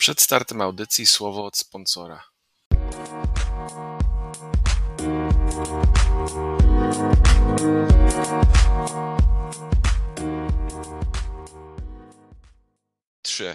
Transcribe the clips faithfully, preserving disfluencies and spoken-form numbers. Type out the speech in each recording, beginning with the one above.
Przed startem audycji słowo od sponsora. Trzy.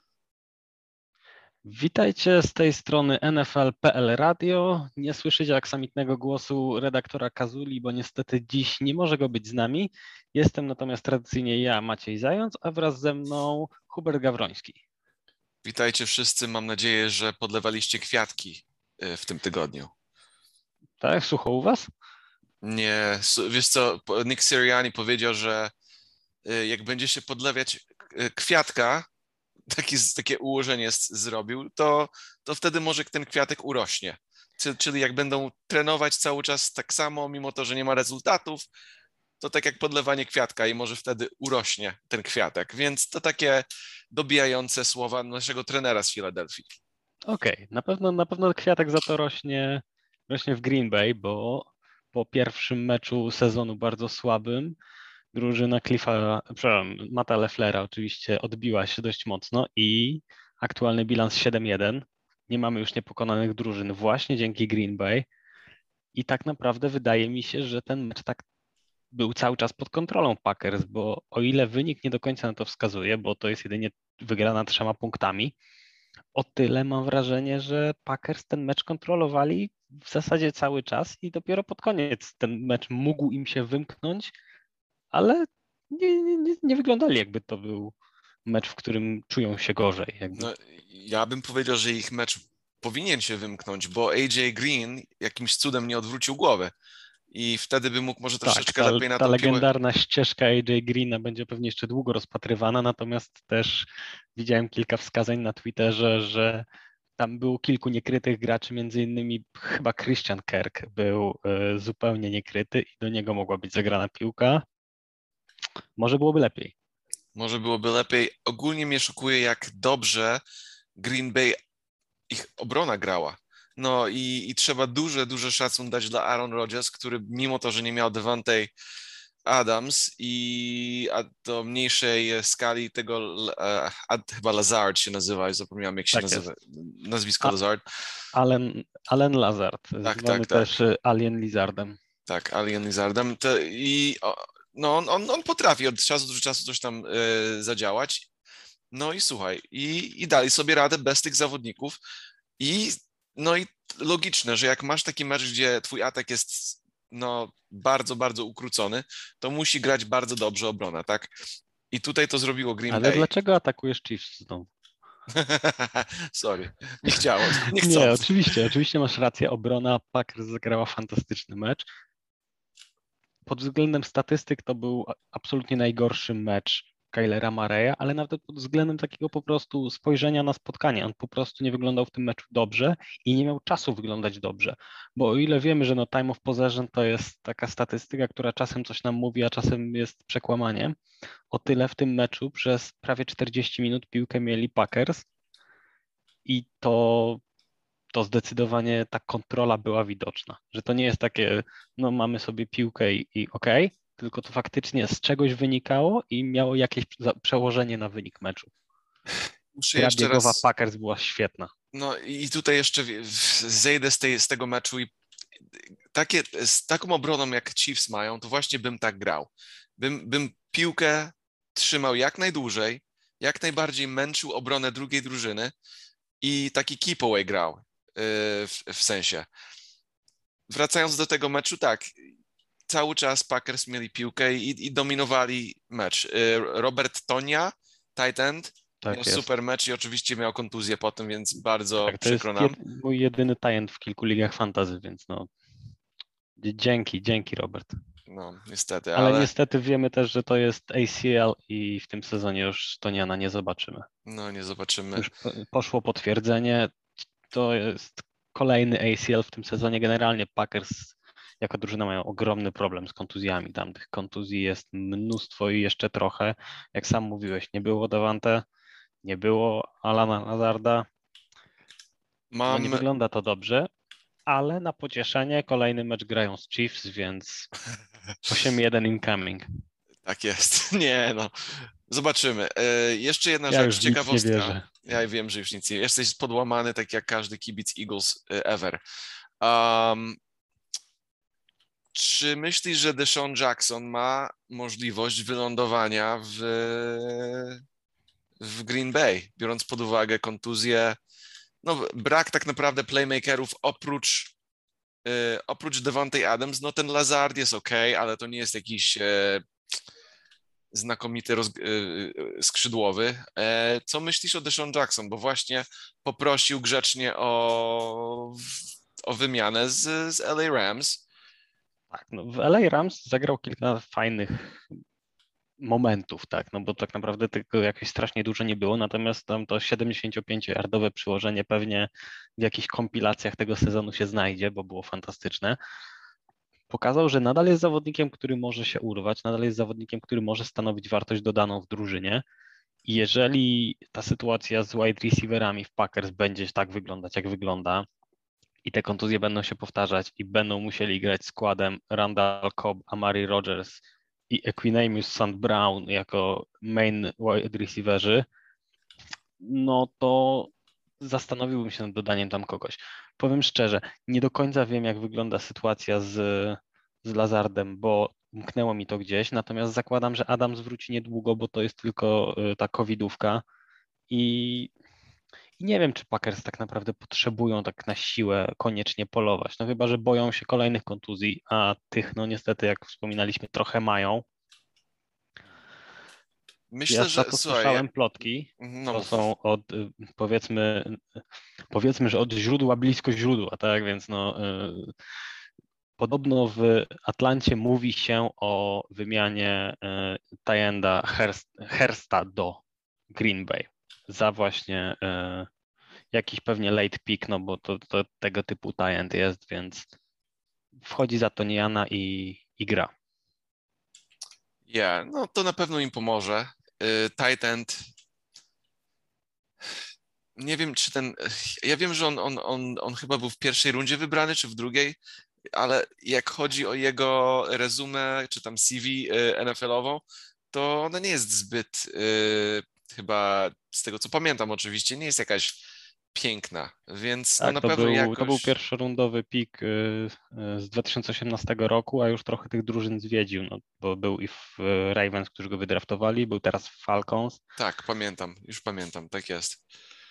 Witajcie z tej strony N F L kropka P L Radio. Nie słyszycie aksamitnego głosu redaktora Kazuli, bo niestety dziś nie może go być z nami. Jestem natomiast tradycyjnie ja, Maciej Zając, a wraz ze mną Hubert Gawroński. Witajcie wszyscy, mam nadzieję, że podlewaliście kwiatki w tym tygodniu. Tak, sucho u was? Nie, wiesz co, Nick Sirianni powiedział, że jak będzie się podlewiać kwiatka, taki, takie ułożenie zrobił, to, to wtedy może ten kwiatek urośnie. Czyli jak będą trenować cały czas tak samo, mimo to, że nie ma rezultatów, to tak jak podlewanie kwiatka i może wtedy urośnie ten kwiatek. Więc to takie dobijające słowa naszego trenera z Filadelfii. Okej, okay. na pewno, na pewno kwiatek za to rośnie, rośnie w Green Bay, bo po pierwszym meczu sezonu bardzo słabym drużyna Cliffa, przepraszam, Matta Lefflera oczywiście odbiła się dość mocno i aktualny bilans siedem jeden. Nie mamy już niepokonanych drużyn właśnie dzięki Green Bay i tak naprawdę wydaje mi się, że ten mecz tak był cały czas pod kontrolą Packers, bo o ile wynik nie do końca na to wskazuje, bo to jest jedynie wygrana trzema punktami, o tyle mam wrażenie, że Packers ten mecz kontrolowali w zasadzie cały czas i dopiero pod koniec ten mecz mógł im się wymknąć, ale nie, nie, nie wyglądali, jakby to był mecz, w którym czują się gorzej. Jakby. No, ja bym powiedział, że ich mecz powinien się wymknąć, bo A J Green jakimś cudem nie odwrócił głowy i wtedy by mógł może troszeczkę tak, ta, lepiej na ta tą legendarna piłę. ścieżka A J Greena będzie pewnie jeszcze długo rozpatrywana, natomiast też widziałem kilka wskazań na Twitterze, że tam było kilku niekrytych graczy, między innymi chyba Christian Kirk był y, zupełnie niekryty i do niego mogła być zagrana piłka. Może byłoby lepiej. Może byłoby lepiej. Ogólnie mnie szokuje, jak dobrze Green Bay ich obrona grała. No i, i trzeba duże, duże szacun dać dla Aaron Rodgers, który mimo to, że nie miał Devante Adams i a do mniejszej skali tego a, a, chyba Lazard się nazywa, zapomniałem jak się tak nazywa, jest. nazwisko A, Lazard. Allen, Allen Lazard, tak, zwany tak, tak. też Alien Lizardem. Tak, Alien Lizardem. To, I no, on, on, on potrafi od czasu do czasu coś tam e, zadziałać. No i słuchaj, i, i dali sobie radę bez tych zawodników. I no i logiczne, że jak masz taki mecz, gdzie twój atak jest no bardzo, bardzo ukrócony, to musi grać bardzo dobrze obrona, tak? I tutaj to zrobiło Green Ale Bay. Ale dlaczego atakujesz Chiefs znowu? Sorry, nie chciałem, nie Nie, chcąc. oczywiście, oczywiście masz rację, obrona Packers zagrała fantastyczny mecz. Pod względem statystyk to był absolutnie najgorszy mecz Kylera Murraya, ale nawet pod względem takiego po prostu spojrzenia na spotkanie. On po prostu nie wyglądał w tym meczu dobrze i nie miał czasu wyglądać dobrze. Bo o ile wiemy, że no time of possession to jest taka statystyka, która czasem coś nam mówi, a czasem jest przekłamaniem, o tyle w tym meczu przez prawie czterdzieści minut piłkę mieli Packers i to to zdecydowanie ta kontrola była widoczna, że to nie jest takie, no mamy sobie piłkę i, i okej, okay, tylko to faktycznie z czegoś wynikało i miało jakieś przełożenie na wynik meczu. Muszę Gra jeszcze biegowa raz... Packers była świetna. No i tutaj jeszcze zejdę z, tej, z tego meczu i takie, z taką obroną jak Chiefs mają, to właśnie bym tak grał. Bym, bym piłkę trzymał jak najdłużej, jak najbardziej męczył obronę drugiej drużyny i taki keep away grał. W, w sensie. Wracając do tego meczu, tak, cały czas Packers mieli piłkę i, i dominowali mecz. Robert Tonja, tight end, tak miał jest. super mecz i oczywiście miał kontuzję potem, więc bardzo tak, to przykro jest nam. Jed, mój jedyny talent w kilku ligach fantasy, więc no dzięki, dzięki Robert. No, niestety, ale... ale... niestety wiemy też, że to jest A C L i w tym sezonie już Toniana nie zobaczymy. No, nie zobaczymy. Już poszło potwierdzenie, to jest kolejny A C L w tym sezonie. Generalnie Packers jako drużyna mają ogromny problem z kontuzjami. Tam tych kontuzji jest mnóstwo i jeszcze trochę. Jak sam mówiłeś, nie było Davante, nie było Alana Lazarda. Mam... No nie wygląda to dobrze, ale na pocieszenie kolejny mecz grają z Chiefs, więc osiem jeden incoming. Tak jest. Nie no. Zobaczymy. E, jeszcze jedna ja rzecz, już ciekawostka. Nic nie wierzę. Ja wiem, że już nic nie... Jesteś podłamany tak jak każdy kibic Eagles ever. Um, czy myślisz, że Deshaun Jackson ma możliwość wylądowania w, w Green Bay, biorąc pod uwagę kontuzję, no brak tak naprawdę playmakerów oprócz y, oprócz Devontae Adams, no ten Lazard jest ok, ale to nie jest jakiś e, znakomity roz, y, y, skrzydłowy. E, co myślisz o Deshaun Jackson? Bo właśnie poprosił grzecznie o, o wymianę z, z L A Rams. Tak, no w L A Rams zagrał kilka fajnych momentów, tak, no bo tak naprawdę tego jakieś strasznie dużo nie było, natomiast tam to siedemdziesięciopięciojardowe przyłożenie pewnie w jakichś kompilacjach tego sezonu się znajdzie, bo było fantastyczne. Pokazał, że nadal jest zawodnikiem, który może się urwać, nadal jest zawodnikiem, który może stanowić wartość dodaną w drużynie. I jeżeli ta sytuacja z wide receiverami w Packers będzie tak wyglądać, jak wygląda, i te kontuzje będą się powtarzać i będą musieli grać składem Randall Cobb, Amari Rodgers i Equinemius Saint Brown jako main wide receiverzy, no to zastanowiłbym się nad dodaniem tam kogoś. Powiem szczerze, nie do końca wiem, jak wygląda sytuacja z, z Lazardem, bo umknęło mi to gdzieś, natomiast zakładam, że Adams wróci niedługo, bo to jest tylko y, ta covidówka i i nie wiem, czy Packers tak naprawdę potrzebują tak na siłę koniecznie polować. No chyba, że boją się kolejnych kontuzji, a tych, no niestety, jak wspominaliśmy, trochę mają. Ja Myślę, za że to słuchaj, ja- słyszałem plotki. no To mów. są od, y, powiedzmy, powiedzmy, że od źródła blisko źródła, tak? Więc no, y, podobno w Atlancie mówi się o wymianie y, Tyenda Hersta do Green Bay za właśnie y, jakiś pewnie late pick, no bo to, to tego typu talent jest, więc wchodzi za to Niana i, i gra. Ja, no to na pewno im pomoże. Y, Tight end, nie wiem, czy ten. Ja wiem, że on, on, on, on chyba był w pierwszej rundzie wybrany, czy w drugiej, ale jak chodzi o jego rezumę, czy tam C V y, N F L-ową, to ona nie jest zbyt, y, chyba z tego co pamiętam oczywiście, nie jest jakaś piękna, więc no Tak, na to pewno był, to był jakoś. pierwszorundowy pick y, y, z dwa tysiące osiemnastego roku, a już trochę tych drużyn zwiedził, no, bo był i w y, Ravens, którzy go wydraftowali, był teraz w Falcons. Tak, pamiętam, już pamiętam, tak jest.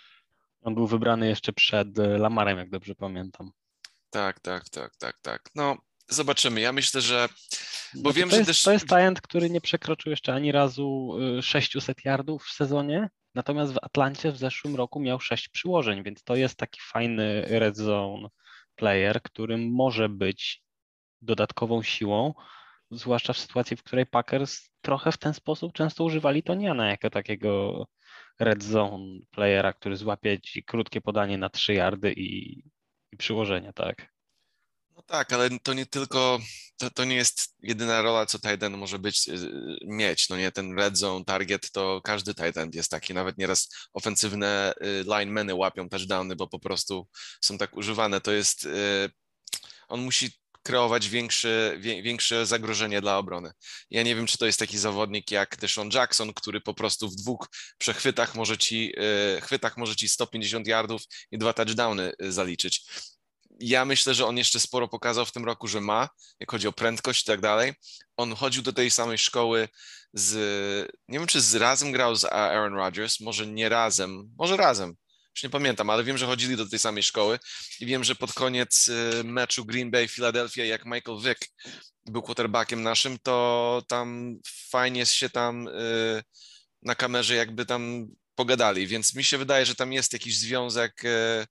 On był wybrany jeszcze przed y, Lamarem, jak dobrze pamiętam. Tak, tak, tak, tak, tak. No, zobaczymy. Ja myślę, że. Bo Znaczy wiem, to że jest, to też. jest talent, który nie przekroczył jeszcze ani razu y, sześciuset yardów w sezonie, natomiast w Atlancie w zeszłym roku miał sześć przyłożeń, więc to jest taki fajny red zone player, który może być dodatkową siłą, zwłaszcza w sytuacji, w której Packers trochę w ten sposób często używali Toniana jako takiego red zone playera, który złapie ci krótkie podanie na trzy yardy i, i przyłożenie, tak. No tak, ale to nie tylko, to, to nie jest jedyna rola, co tight end może być, y, mieć. No nie, ten red zone target to każdy tight end jest taki. Nawet nieraz ofensywne y, linemeny łapią touchdowny, bo po prostu są tak używane. To jest, y, on musi kreować większe, wie, większe zagrożenie dla obrony. Ja nie wiem, czy to jest taki zawodnik jak Deshaun Jackson, który po prostu w dwóch przechwytach może ci, y, chwytach może ci sto pięćdziesiąt yardów i dwa touchdowny y, zaliczyć. Ja myślę, że on jeszcze sporo pokazał w tym roku, że ma, jak chodzi o prędkość i tak dalej. On chodził do tej samej szkoły z, nie wiem, czy z razem grał z Aaron Rodgers, może nie razem, może razem, już nie pamiętam, ale wiem, że chodzili do tej samej szkoły i wiem, że pod koniec y, meczu Green Bay-Philadelphia, jak Michael Vick był quarterbackiem naszym, to tam fajnie się tam y, na kamerze jakby tam pogadali, więc mi się wydaje, że tam jest jakiś związek, y,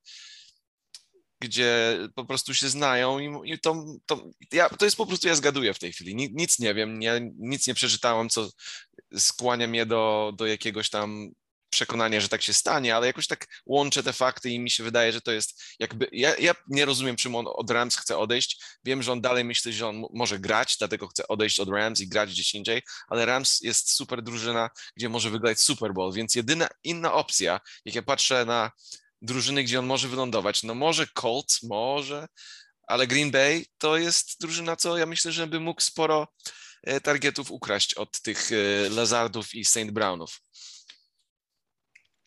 gdzie po prostu się znają i, i to, to, ja, to jest po prostu, ja zgaduję w tej chwili, Ni- nic nie wiem, nie, nic nie przeczytałem, co skłania mnie do, do jakiegoś tam przekonania, że tak się stanie, ale jakoś tak łączę te fakty i mi się wydaje, że to jest jakby, ja, ja nie rozumiem, czym on od Rams chce odejść, wiem, że on dalej myśli, że on m- może grać, dlatego chce odejść od Rams i grać gdzieś indziej, ale Rams jest super drużyna, gdzie może wygrać Super Bowl, więc jedyna inna opcja, jak ja patrzę na drużyny, gdzie on może wylądować. No może Colts, może, ale Green Bay to jest drużyna, co ja myślę, że by mógł sporo e, targetów ukraść od tych e, Lazardów i Saint Brownów.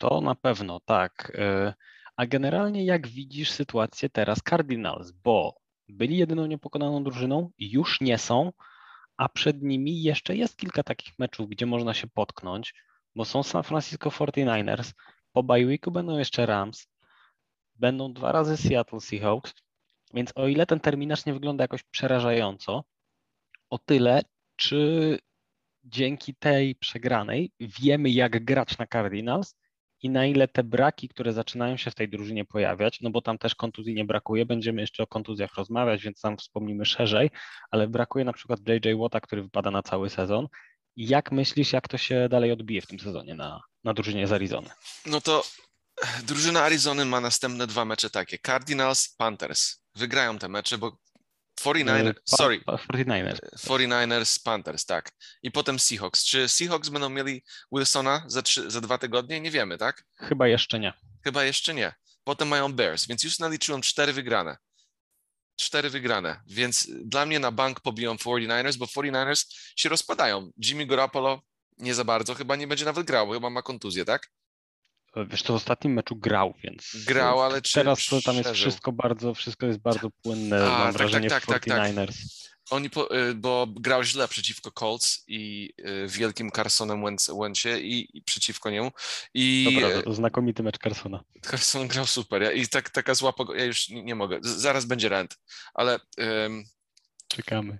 To na pewno, tak. Y, A generalnie jak widzisz sytuację teraz Cardinals, bo byli jedyną niepokonaną drużyną, już nie są, a przed nimi jeszcze jest kilka takich meczów, gdzie można się potknąć, bo są San Francisco forty-niners, ers, po bye weeku będą jeszcze Rams, będą dwa razy Seattle Seahawks, więc o ile ten terminarz nie wygląda jakoś przerażająco, o tyle, czy dzięki tej przegranej wiemy, jak grać na Cardinals i na ile te braki, które zaczynają się w tej drużynie pojawiać, no bo tam też kontuzji nie brakuje, będziemy jeszcze o kontuzjach rozmawiać, więc tam wspomnimy szerzej, ale brakuje na przykład J J Watta, który wypada na cały sezon. Jak myślisz, jak to się dalej odbije w tym sezonie na, na drużynie z Arizony? No to drużyna Arizony ma następne dwa mecze takie. Cardinals, Panthers. Wygrają te mecze, bo forty-niners, Pa, sorry, pa, forty-niners. forty-niners, Panthers, tak. I potem Seahawks. Czy Seahawks będą mieli Wilsona za, trzy, za dwa tygodnie? Nie wiemy, tak? Chyba jeszcze nie. Chyba jeszcze nie. Potem mają Bears, więc już naliczyłem cztery wygrane. Cztery wygrane, więc dla mnie na bank pobiją forty-niners, bo forty-niners się rozpadają. Jimmy Garoppolo nie za bardzo, chyba nie będzie nawet grał, chyba ma kontuzję, tak? Wiesz, to w ostatnim meczu grał, więc Grał, ale czy teraz to tam jest przeżył? wszystko bardzo, wszystko jest bardzo płynne, A, mam tak, wrażenie, tak, w tak, tak, tak. forty-niners. Oni po, y, bo grał źle przeciwko Colts i y, wielkim Carsonem Wentz, Wentzcie i, i przeciwko niemu. I To prawda, y, to znakomity mecz Carsona. Carson grał super. Ja, I tak, taka zła pogoda, ja już nie, nie mogę. Z, zaraz będzie rant, ale ym, Czekamy.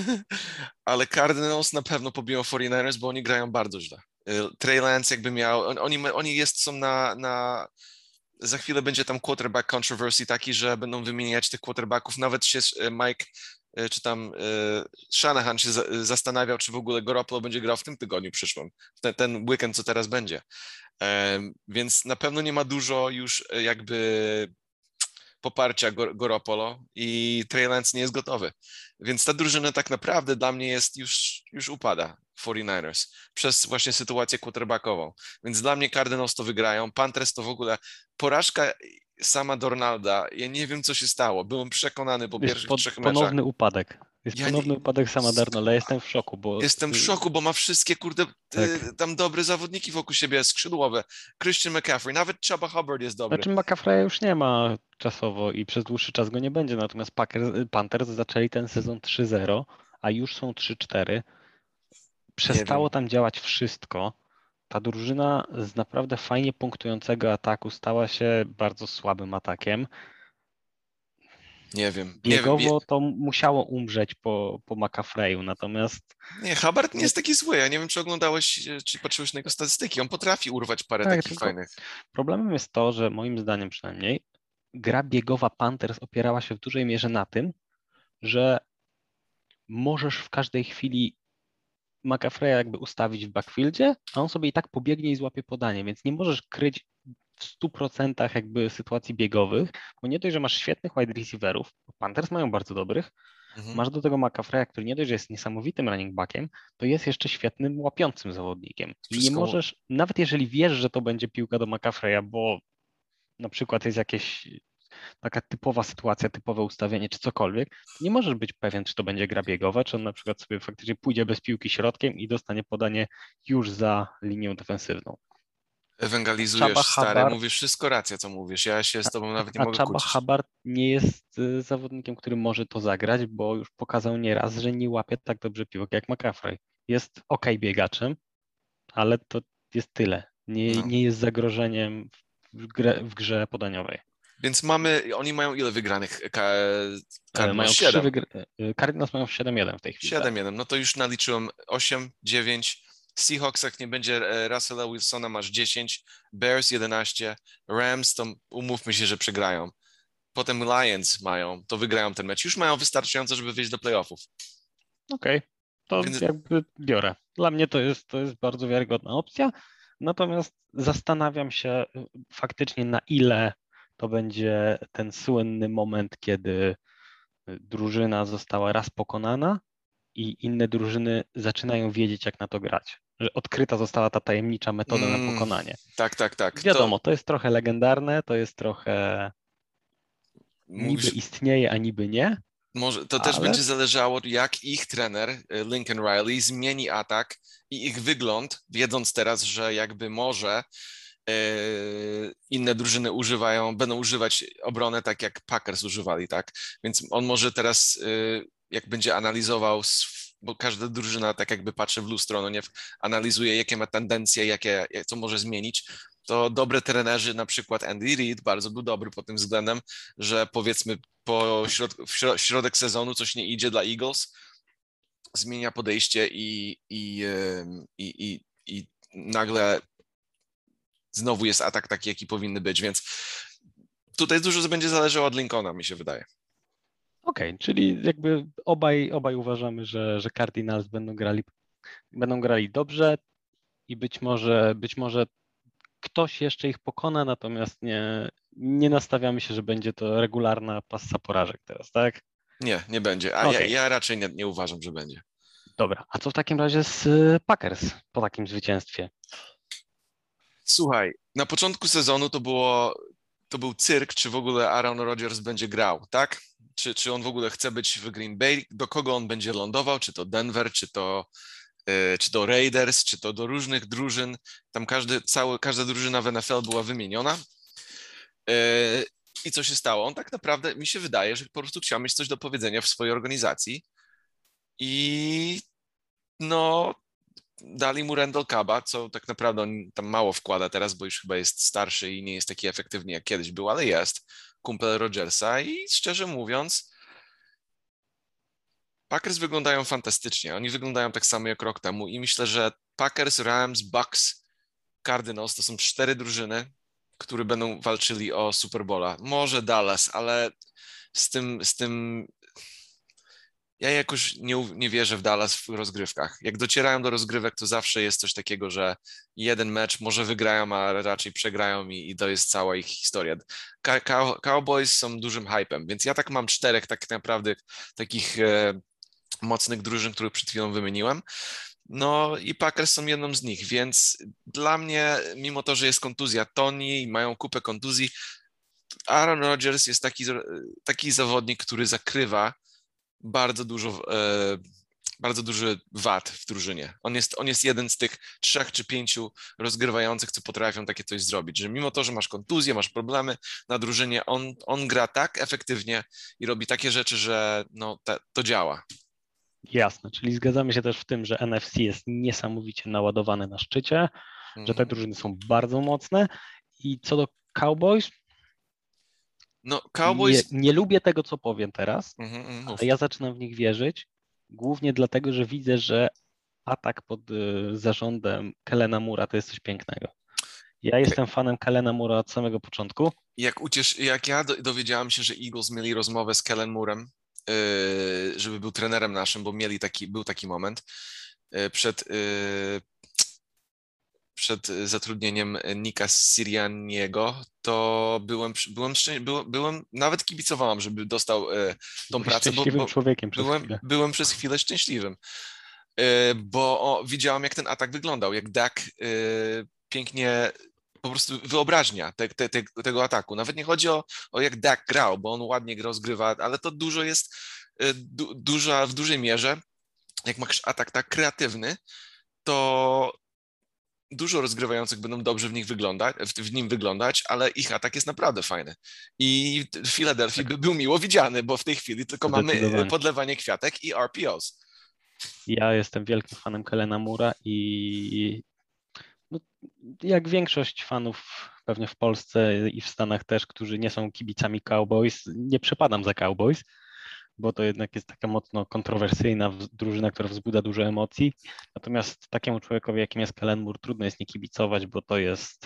ale Cardinals na pewno pobiją forty-niners, bo oni grają bardzo źle. Y, Trey Lance jakby miał, on, oni, oni jest, są na, na, za chwilę będzie tam quarterback controversy taki, że będą wymieniać tych quarterbacków, nawet się y, Mike y, czy tam y, Shanahan się za, zastanawiał, czy w ogóle Garoppolo będzie grał w tym tygodniu przyszłym, ten, ten weekend, co teraz będzie. Um, więc na pewno nie ma dużo już y, jakby poparcia Gor- Garoppolo i Trey Lance nie jest gotowy. Więc ta drużyna tak naprawdę dla mnie jest już, już upada, forty-niners, przez właśnie sytuację quarterbackową. Więc dla mnie Cardinals to wygrają, Panthers to w ogóle porażka sama Dornalda. Ja nie wiem, co się stało. Byłem przekonany po Jest pierwszych pod, trzech meczach. ponowny upadek. Jest Ja nie, ponowny upadek sama Darnola. Jestem w szoku, bo Jestem w y, szoku, bo ma wszystkie, kurde, tak. y, tam dobre zawodniki wokół siebie, skrzydłowe. Christian McCaffrey, nawet Chuba Hubbard jest dobry. Znaczy McCaffreya już nie ma czasowo i przez dłuższy czas go nie będzie, natomiast Packers, Panthers zaczęli ten sezon trzy zero, a już są trzy cztery. Nie Przestało wiem, tam działać wszystko. Ta drużyna z naprawdę fajnie punktującego ataku stała się bardzo słabym atakiem. nie wiem, nie wiem. Biegowo to musiało umrzeć po, po McCaffreyu, natomiast Nie, Hubbard nie no, jest taki zły. Ja nie wiem, czy oglądałeś, e, czy patrzyłeś na jego statystyki. On potrafi urwać parę tak, takich tylko fajnych. problemem jest to, że moim zdaniem przynajmniej gra biegowa Panthers opierała się w dużej mierze na tym, że możesz w każdej chwili McCaffreya jakby ustawić w backfieldzie, a on sobie i tak pobiegnie i złapie podanie, więc nie możesz kryć w stu procentach jakby sytuacji biegowych, bo nie dość, że masz świetnych wide receiverów, bo Panthers mają bardzo dobrych, Mhm. masz do tego McCaffreya, który nie dość, że jest niesamowitym running backiem, to jest jeszcze świetnym łapiącym zawodnikiem. I nie Wszystko. możesz, nawet jeżeli wiesz, że to będzie piłka do McCaffreya, bo na przykład jest jakieś taka typowa sytuacja, typowe ustawienie czy cokolwiek, to nie możesz być pewien, czy to będzie gra biegowa, czy on na przykład sobie faktycznie pójdzie bez piłki środkiem i dostanie podanie już za linią defensywną. Ewangalizujesz, Chaba stary, Hubbard, mówisz wszystko racja, co mówisz. Ja się z tobą nawet nie a mogę Chaba kłócić. Hubbard nie jest y, zawodnikiem, który może to zagrać, bo już pokazał nieraz, że nie łapie tak dobrze piłek jak McCaffrey. Jest ok biegaczem, ale to jest tyle. Nie, No. nie jest zagrożeniem w, grze, w grze podaniowej. Więc mamy, oni mają ile wygranych? Ka- E, Cardinals? Mają trzy siedem. wygr- e, Cardinals mają siedem jeden w tej chwili. siedem jeden. No to już naliczyłem osiem, dziewięć. Seahawks, jak nie będzie e, Russella Wilsona, masz dziesięć. Bears jedenaście. Rams, to umówmy się, że przegrają. Potem Lions mają, to wygrają ten mecz. Już mają wystarczająco, żeby wyjść do playoffów. Okej, okay. To Więc... jakby biorę. Dla mnie to jest, to jest bardzo wiarygodna opcja, natomiast zastanawiam się y, faktycznie, na ile to będzie ten słynny moment, kiedy y, drużyna została raz pokonana i inne drużyny zaczynają wiedzieć, jak na to grać. Że odkryta została ta tajemnicza metoda Mm, na pokonanie. tak, tak, tak. Wiadomo, To to jest trochę legendarne, to jest trochę niby mówisz, istnieje, a niby nie, może to też ale będzie zależało, jak ich trener e, Lincoln Riley zmieni atak i ich wygląd, wiedząc teraz, że jakby może inne drużyny używają, będą używać obronę tak jak Packers używali, tak? Więc on może teraz, jak będzie analizował, bo każda drużyna tak jakby patrzy w lustro, no nie, analizuje jakie ma tendencje, jakie, co może zmienić, to dobre trenerzy, na przykład Andy Reid, bardzo był dobry pod tym względem, że powiedzmy po środ w środek sezonu coś nie idzie dla Eagles, zmienia podejście i, i, i, i, i nagle znowu jest atak taki, jaki powinny być, więc tutaj dużo będzie zależało od Lincolna, mi się wydaje. Okej, okay, czyli jakby obaj, obaj uważamy, że, że Cardinals będą grali, będą grali dobrze i być może, być może ktoś jeszcze ich pokona, natomiast nie, nie nastawiamy się, że będzie to regularna passa porażek teraz, tak? Nie, nie będzie, a okay. ja, ja raczej nie, nie uważam, że będzie. Dobra, a co w takim razie z Packers po takim zwycięstwie? Słuchaj, na początku sezonu to było, to był cyrk, czy w ogóle Aaron Rodgers będzie grał, tak? Czy, czy on w ogóle chce być w Green Bay, do kogo on będzie lądował, czy to Denver, czy to, yy, czy to Raiders, czy to do różnych drużyn, tam każdy, cały, każda drużyna w N F L była wymieniona. Yy, I co się stało? On tak naprawdę, mi się wydaje, że po prostu chciał mieć coś do powiedzenia w swojej organizacji i no dali mu Randall Cobb'a, co tak naprawdę on tam mało wkłada teraz, bo już chyba jest starszy i nie jest taki efektywny jak kiedyś był, ale jest kumpel Rodgersa i szczerze mówiąc Packers wyglądają fantastycznie. Oni wyglądają tak samo jak rok temu i myślę, że Packers, Rams, Bucks, Cardinals to są cztery drużyny, które będą walczyli o Super Bowla. Może Dallas, ale z tym, z tym ja jakoś nie, nie wierzę w Dallas w rozgrywkach. Jak docierają do rozgrywek, to zawsze jest coś takiego, że jeden mecz może wygrają, a raczej przegrają i, i to jest cała ich historia. Cow Cowboys są dużym hypem, więc ja tak mam czterech tak naprawdę takich e, mocnych drużyn, których przed chwilą wymieniłem. No i Packers są jedną z nich, więc dla mnie, mimo to, że jest kontuzja Tony i mają kupę kontuzji, Aaron Rodgers jest taki, taki zawodnik, który zakrywa bardzo dużo, e, bardzo duży wad w drużynie. On jest, on jest jeden z tych trzech czy pięciu rozgrywających, co potrafią takie coś zrobić, że mimo to, że masz kontuzję, masz problemy na drużynie, on, on gra tak efektywnie i robi takie rzeczy, że no, te, to działa. Jasne, czyli zgadzamy się też w tym, że N F C jest niesamowicie naładowane na szczycie, mm. że te drużyny są bardzo mocne i co do Cowboys, no, Cowboys... Nie, nie lubię tego, co powiem teraz, mm, mm, ale ja zaczynam w nich wierzyć, głównie dlatego, że widzę, że atak pod y, zarządem Kellena Moore'a to jest coś pięknego. Ja jestem fanem Kellena Moore'a od samego początku. Jak, uciesz, jak ja do, dowiedziałem się, że Eagles mieli rozmowę z Kellen Moorem, yy, żeby był trenerem naszym, bo mieli taki, był taki moment yy, przed, yy, przed zatrudnieniem Nika Sirianniego, to byłem, byłem, byłem, byłem nawet kibicowałam, żeby dostał yy, tą Byłeś pracę, bo, szczęśliwym bo człowiekiem przez byłem, chwilę. byłem przez chwilę szczęśliwym, yy, bo o, widziałam, jak ten atak wyglądał, jak Dak yy, pięknie po prostu wyobraźnia te, te, te, tego ataku. Nawet nie chodzi o, o jak Dak grał, bo on ładnie rozgrywa, ale to dużo jest, du, duża, w dużej mierze, jak masz atak tak kreatywny, to dużo rozgrywających będą dobrze w, nich wyglądać, w, w nim wyglądać, ale ich atak jest naprawdę fajny. I w Filadelfii tak. by był miło widziany, bo w tej chwili tylko mamy podlewanie kwiatek i R P Os. Ja jestem wielkim fanem Kellena Moore'a i no, jak większość fanów pewnie w Polsce i w Stanach też, którzy nie są kibicami Cowboys, nie przepadam za Cowboys, bo to jednak jest taka mocno kontrowersyjna drużyna, która wzbudza dużo emocji. Natomiast takiemu człowiekowi, jakim jest Kellen Moore, trudno jest nie kibicować, bo to jest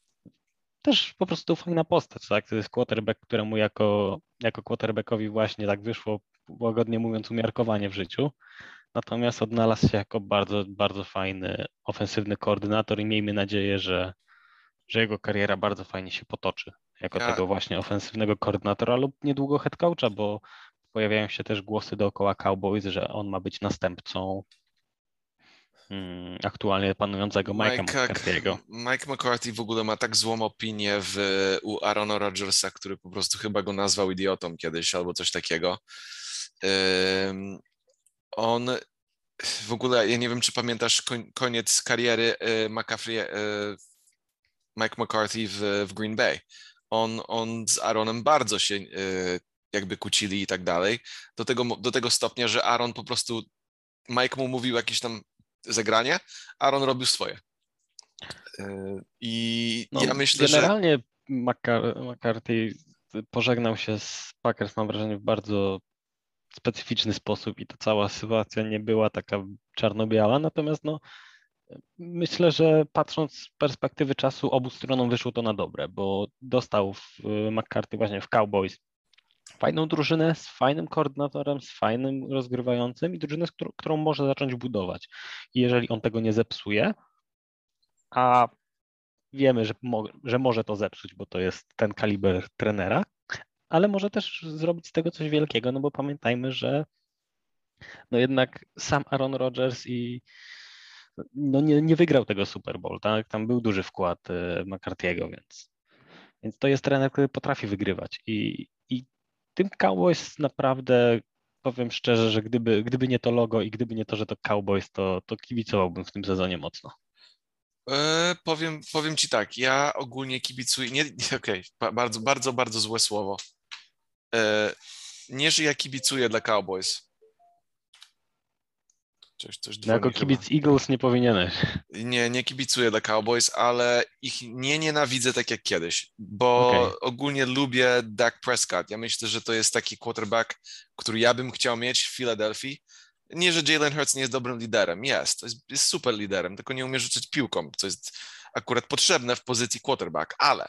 też po prostu fajna postać, tak? To jest quarterback, któremu jako, jako quarterbackowi właśnie tak wyszło, łagodnie mówiąc, umiarkowanie w życiu. Natomiast odnalazł się jako bardzo, bardzo fajny, ofensywny koordynator i miejmy nadzieję, że, że jego kariera bardzo fajnie się potoczy jako ja... tego właśnie ofensywnego koordynatora lub niedługo head coacha, bo pojawiają się też głosy dookoła Cowboys, że on ma być następcą hmm, aktualnie panującego Mike'a McCarthy'ego. Mike McCarthy w ogóle ma tak złą opinię w, u Aarona Rodgersa, który po prostu chyba go nazwał idiotą kiedyś albo coś takiego. Um, on w ogóle, ja nie wiem, czy pamiętasz koniec kariery McCaffrey Mike McCarthy w, w Green Bay. On, on z Aaronem bardzo się y, jakby kłócili i tak dalej, do tego, do tego stopnia, że Aaron po prostu, Mike mu mówił jakieś tam zagranie, Aaron robił swoje. Y, I No, ja myślę, że generalnie McCar- McCarthy pożegnał się z Packers, mam wrażenie, w bardzo specyficzny sposób i ta cała sytuacja nie była taka czarno-biała, natomiast no, myślę, że patrząc z perspektywy czasu obu stronom wyszło to na dobre, bo dostał w McCarthy właśnie w Cowboys fajną drużynę z fajnym koordynatorem, z fajnym rozgrywającym i drużynę, z którą, którą może zacząć budować. I jeżeli on tego nie zepsuje, a wiemy, że, mo- że może to zepsuć, bo to jest ten kaliber trenera, ale może też zrobić z tego coś wielkiego, no bo pamiętajmy, że no jednak sam Aaron Rodgers i no nie, nie wygrał tego Super Bowl, tak? Tam był duży wkład e, McCarthy'ego, więc, więc to jest trener, który potrafi wygrywać i, i tym Cowboys naprawdę powiem szczerze, że gdyby, gdyby nie to logo i gdyby nie to, że to Cowboys, to, to kibicowałbym w tym sezonie mocno. e, powiem, powiem ci tak, ja ogólnie kibicuję, nie, nie okej, ba- bardzo, bardzo, bardzo złe słowo. E, nie, że ja kibicuję dla Cowboys. Coś, coś No jako dzwoni chyba. kibic Eagles nie powinieneś. Nie, nie kibicuję dla Cowboys, ale ich nie nienawidzę tak jak kiedyś, Okej. bo ogólnie lubię Dak Prescott. Ja myślę, że to jest taki quarterback, który ja bym chciał mieć w Filadelfii. Nie, że Jalen Hurts nie jest dobrym liderem. Jest, jest, jest super liderem, tylko nie umie rzucać piłką, co jest akurat potrzebne w pozycji quarterback, ale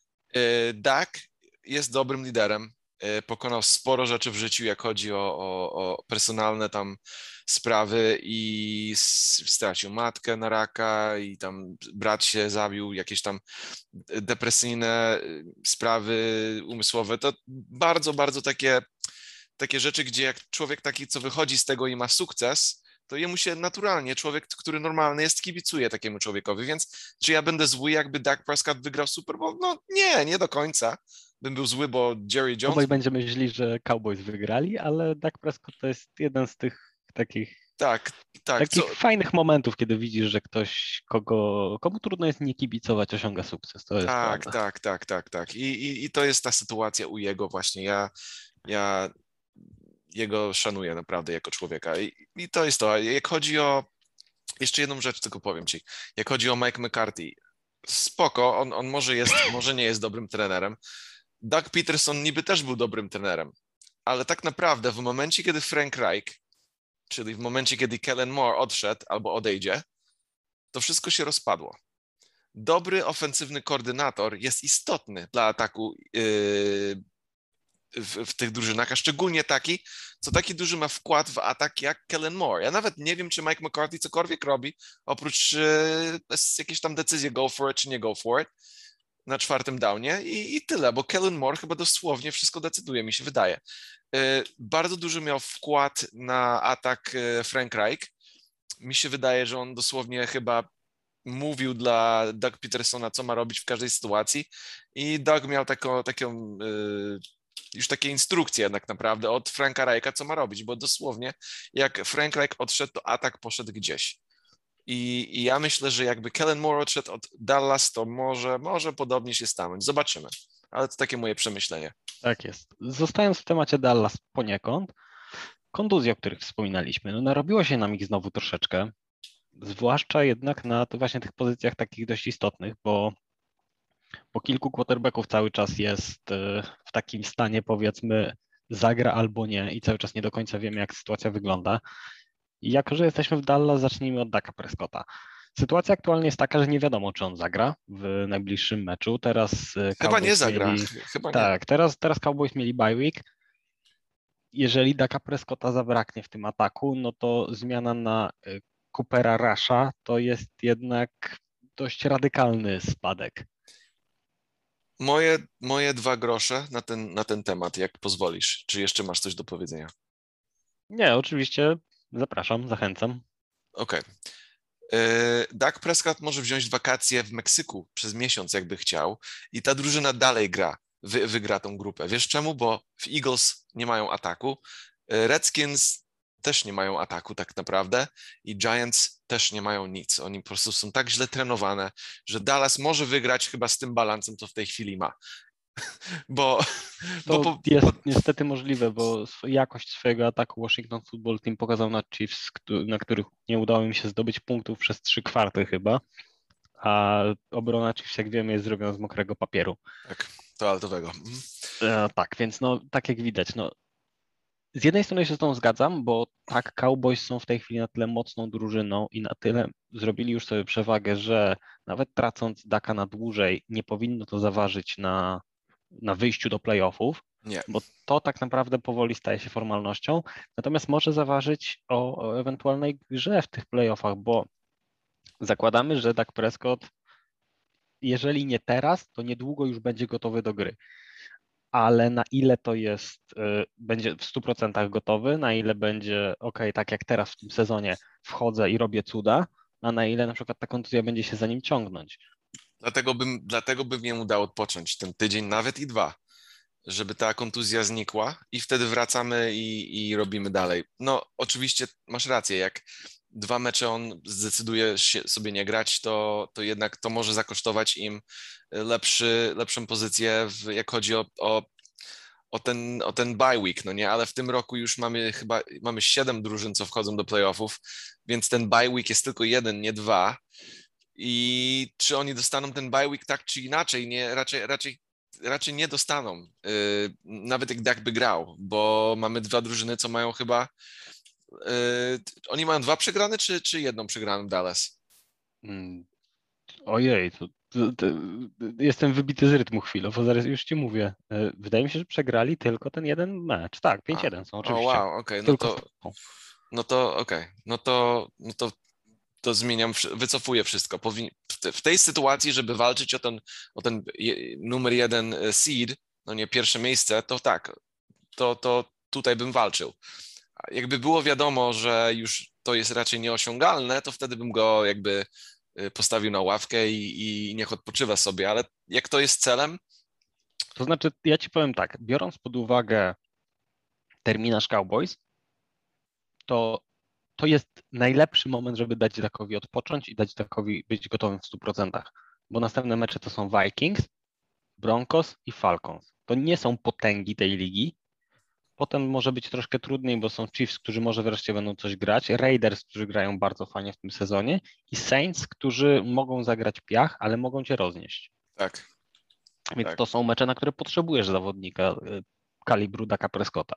y, Dak jest dobrym liderem. Y, pokonał sporo rzeczy w życiu, jak chodzi o, o, o personalne tam sprawy i s- stracił matkę na raka i tam brat się zabił, jakieś tam depresyjne y, sprawy umysłowe. To bardzo, bardzo takie, takie rzeczy, gdzie jak człowiek taki, co wychodzi z tego i ma sukces, to jemu się naturalnie, człowiek, który normalny jest, kibicuje takiemu człowiekowi, więc czy ja będę zły, jakby Dak Prescott wygrał Super Bowl? No nie, nie do końca. Bym był zły, bo Jerry Jones. Obaj będziemy źli, że Cowboys wygrali, ale Dak Prescott to jest jeden z tych takich, Tak, tak, co, takich fajnych momentów, kiedy widzisz, że ktoś, kogo, komu trudno jest nie kibicować, osiąga sukces. To jest tak, prawda. tak, tak, tak, tak. I, i, I to jest ta sytuacja u jego właśnie. Ja, ja jego szanuję naprawdę jako człowieka. I, I to jest to. A jak chodzi o, jeszcze jedną rzecz tylko powiem ci. Jak chodzi o Mike McCarthy, spoko, on, on może jest, może nie jest dobrym trenerem. Doug Peterson niby też był dobrym trenerem, ale tak naprawdę w momencie, kiedy Frank Reich, czyli w momencie, kiedy Kellen Moore odszedł albo odejdzie, to wszystko się rozpadło. Dobry ofensywny koordynator jest istotny dla ataku yy, w, w tych drużynach, a szczególnie taki, co taki duży ma wkład w atak jak Kellen Moore. Ja nawet nie wiem, czy Mike McCarthy cokolwiek robi, oprócz yy, jakieś tam decyzje go for it, czy nie go for it na czwartym downie i, i tyle, bo Kellen Moore chyba dosłownie wszystko decyduje, mi się wydaje. Yy, bardzo duży miał wkład na atak yy, Frank Reich. Mi się wydaje, że on dosłownie chyba mówił dla Doug Petersona, co ma robić w każdej sytuacji i Doug miał taką, taką yy, już takie instrukcje tak naprawdę od Franka Reicha, co ma robić, bo dosłownie jak Frank Reich odszedł, to atak poszedł gdzieś. I, I ja myślę, że jakby Kellen Moore odszedł od Dallas, to może, może podobnie się stanąć. Zobaczymy. Ale to takie moje przemyślenie. Tak jest. Zostając w temacie Dallas poniekąd, kontuzje, o których wspominaliśmy, no narobiło się nam ich znowu troszeczkę, zwłaszcza jednak na to właśnie tych pozycjach takich dość istotnych, bo, bo kilku quarterbacków cały czas jest e, w takim stanie, powiedzmy, zagra albo nie i cały czas nie do końca wiemy, jak sytuacja wygląda. I jako, że jesteśmy w Dallas, zacznijmy od Daka Prescotta. Sytuacja aktualnie jest taka, że nie wiadomo, czy on zagra w najbliższym meczu. Teraz e, Chyba nie Cowboys zagra, mieli... ch- chyba nie. Tak, teraz, teraz Cowboys mieli bye week. Jeżeli Daka Prescotta zabraknie w tym ataku, no to zmiana na e, Coopera Rusha to jest jednak dość radykalny spadek. Moje, moje dwa grosze na ten, na ten temat, jak pozwolisz. Czy jeszcze masz coś do powiedzenia? Nie, oczywiście zapraszam, zachęcam. Okej. Okay. Dak Prescott może wziąć wakacje w Meksyku przez miesiąc, jakby chciał, i ta drużyna dalej gra, wy, wygra tą grupę. Wiesz czemu? Bo w Eagles nie mają ataku, y, Redskins też nie mają ataku tak naprawdę i Giants też nie mają nic. Oni po prostu są tak źle trenowane, że Dallas może wygrać chyba z tym balansem, co w tej chwili ma. Bo, bo, To bo, jest bo niestety możliwe, bo sw- jakość swojego ataku Washington Football Team pokazał na Chiefs, któ- na których nie udało im się zdobyć punktów przez trzy kwarty chyba, a obrona Chiefs, jak wiemy, jest zrobiona z mokrego papieru. tak, toaletowego. Mhm. E, tak, więc no, tak jak widać, no, z jednej strony się z tą zgadzam, bo tak, Cowboys są w tej chwili na tyle mocną drużyną i na tyle zrobili już sobie przewagę, że nawet tracąc Daka na dłużej, nie powinno to zaważyć na, na wyjściu do playoffów, Nie. bo to tak naprawdę powoli staje się formalnością, natomiast może zaważyć o, o ewentualnej grze w tych playoffach, bo zakładamy, że Dak Prescott, jeżeli nie teraz, to niedługo już będzie gotowy do gry. Ale na ile to jest, y, będzie w stu procentach gotowy, na ile będzie ok, tak jak teraz w tym sezonie wchodzę i robię cuda, a na ile na przykład ta kontuzja będzie się za nim ciągnąć. Dlatego bym, dlatego bym jemu dał odpocząć ten tydzień, nawet i dwa, żeby ta kontuzja znikła i wtedy wracamy i, i robimy dalej. No, oczywiście masz rację, jak dwa mecze on zdecyduje się sobie nie grać, to, to jednak to może zakosztować im lepszy, lepszą pozycję, w, jak chodzi o, o, o, ten, o ten bye week, no nie? Ale w tym roku już mamy chyba, mamy siedem drużyn, co wchodzą do playoffów, więc ten bye week jest tylko jeden, nie dwa. I czy oni dostaną ten bye week tak czy inaczej, nie, raczej, raczej, raczej nie dostaną, yy, nawet jak Dak by grał, bo mamy dwa drużyny, co mają chyba, yy, oni mają dwa przegrane, czy, czy jedną przegraną Dallas? Mm, Ojej, to, to, to, jestem wybity z rytmu chwilowo, zaraz już ci mówię. E, Wydaje mi się, że przegrali tylko ten jeden mecz. Tak, pięć A, jeden są o oczywiście. wow, okej, no Tylko z to, no to okej, no to, no to, to zmieniam, wszy- wycofuję wszystko. Powin, w, te, w tej sytuacji, żeby walczyć o ten, o ten je, numer jeden e, seed, no nie pierwsze miejsce, to tak, to, to tutaj bym walczył. A jakby było wiadomo, że już to jest raczej nieosiągalne, to wtedy bym go jakby y, postawił na ławkę i, i niech odpoczywa sobie, ale jak to jest celem, To znaczy, ja ci powiem tak, biorąc pod uwagę terminarz Cowboys, to to jest najlepszy moment, żeby dać Dakowi odpocząć i dać Dakowi być gotowym w stu procentach. Bo następne mecze to są Vikings, Broncos i Falcons. To nie są potęgi tej ligi. Potem może być troszkę trudniej, bo są Chiefs, którzy może wreszcie będą coś grać, Raiders, którzy grają bardzo fajnie w tym sezonie i Saints, którzy mogą zagrać piach, ale mogą cię roznieść. tak, Więc tak. to są mecze, na które potrzebujesz zawodnika y, kalibru Daka Prescotta.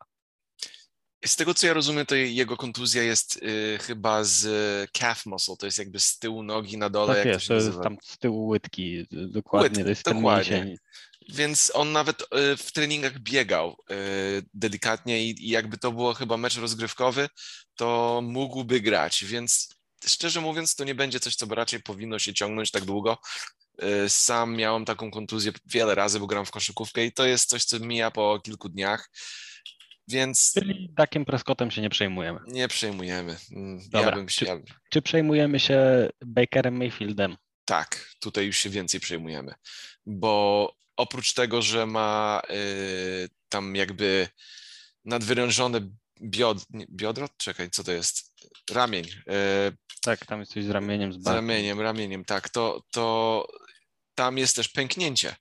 Z tego, co ja rozumiem, to jego kontuzja jest y, chyba z calf muscle, to jest jakby z tyłu nogi na dole, Tak jak to jest, się to jest nazywa? tam z tyłu łydki, y, dokładnie, to Łydki, jest ten dokładnie. mięsień. Więc on nawet y, w treningach biegał y, delikatnie i, i jakby to było chyba mecz rozgrywkowy, to mógłby grać, więc szczerze mówiąc, to nie będzie coś, co raczej powinno się ciągnąć tak długo. Y, Sam miałem taką kontuzję wiele razy, bo gram w koszykówkę i to jest coś, co mija po kilku dniach, więc Czyli Dakiem Prescottem się nie przejmujemy. nie przejmujemy. Mm, Ja Dobra, bym się, czy, ja, czy przejmujemy się Bakerem Mayfieldem? tak, tutaj już się więcej przejmujemy, bo oprócz tego, że ma y, tam jakby nadwyrężone biod, nie, biodro? Czekaj, co to jest? Ramień. y, Tak, tam jest coś z ramieniem, z Z barkiem. ramieniem, ramieniem, tak. To, to tam jest też pęknięcie.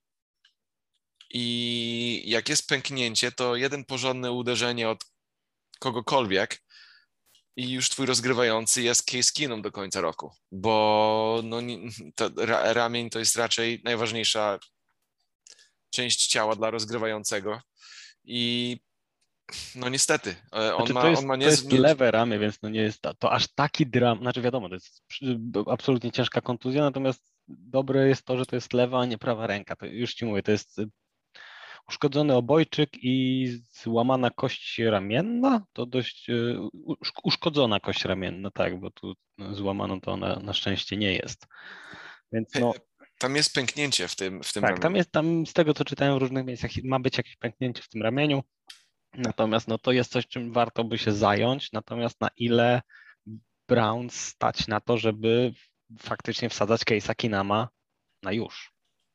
I jak jest pęknięcie, to jeden porządne uderzenie od kogokolwiek i już twój rozgrywający jest Case Keenum do końca roku, bo no, nie- to, ra, ramień to jest raczej najważniejsza część ciała dla rozgrywającego i no niestety, e, on Znaczy to ma, on jest, ma to nie, jest nie, lewe ramię, więc no nie jest to, to aż taki dram. Znaczy wiadomo, to jest przy- absolutnie ciężka kontuzja, natomiast dobre jest to, że to jest lewa, a nie prawa ręka. To już ci mówię, to jest y, uszkodzony obojczyk i złamana kość ramienna. To dość y, usz- uszkodzona kość ramienna, tak, bo tu no, złamaną to ona na szczęście nie jest. Więc no tam jest pęknięcie w tym, w tym tak, tam ramieniu. jest, tam z tego co czytałem w różnych miejscach, ma być jakieś pęknięcie w tym ramieniu. Natomiast no, to jest coś, czym warto by się zająć. Natomiast na ile Browns stać na to, żeby faktycznie wsadzać Case'a Keenuma na już.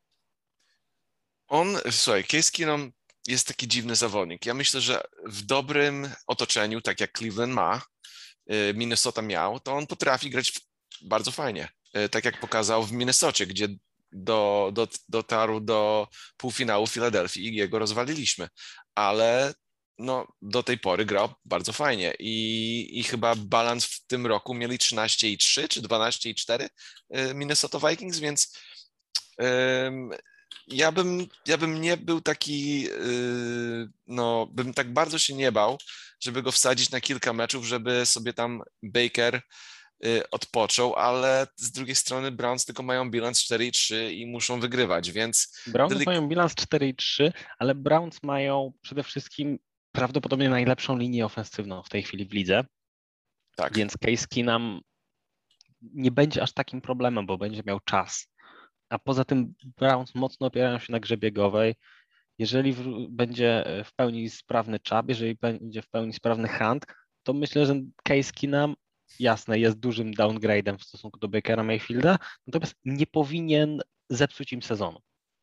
On, słuchaj, Case Keenum jest taki dziwny zawodnik. Ja myślę, że w dobrym otoczeniu, tak jak Cleveland ma, y, Minnesota miał, to on potrafi grać w bardzo fajnie. Tak jak pokazał w Minnesocie, gdzie do, do, dotarł do półfinału Filadelfii i jego rozwaliliśmy. Ale no, do tej pory grał bardzo fajnie i, i chyba balans w tym roku mieli trzynaście i trzy czy dwanaście i cztery Minnesota Vikings, więc um, ja bym, ja bym nie był taki, yy, no, bym tak bardzo się nie bał, żeby go wsadzić na kilka meczów, żeby sobie tam Baker yy, odpoczął, ale z drugiej strony Browns tylko mają bilans cztery i trzy i muszą wygrywać, więc... Browns delik- mają bilans cztery i trzy, ale Browns mają przede wszystkim prawdopodobnie najlepszą linię ofensywną w tej chwili w lidze, tak, więc Case Keenum nie będzie aż takim problemem, bo będzie miał czas. A poza tym Browns mocno opierają się na grze biegowej. Jeżeli w, będzie w pełni sprawny Chubb, jeżeli będzie w pełni sprawny Hunt, to myślę, że Case Keenum, jasne, jest dużym downgrade'em w stosunku do Bakera Mayfielda, natomiast nie powinien zepsuć im sezonu.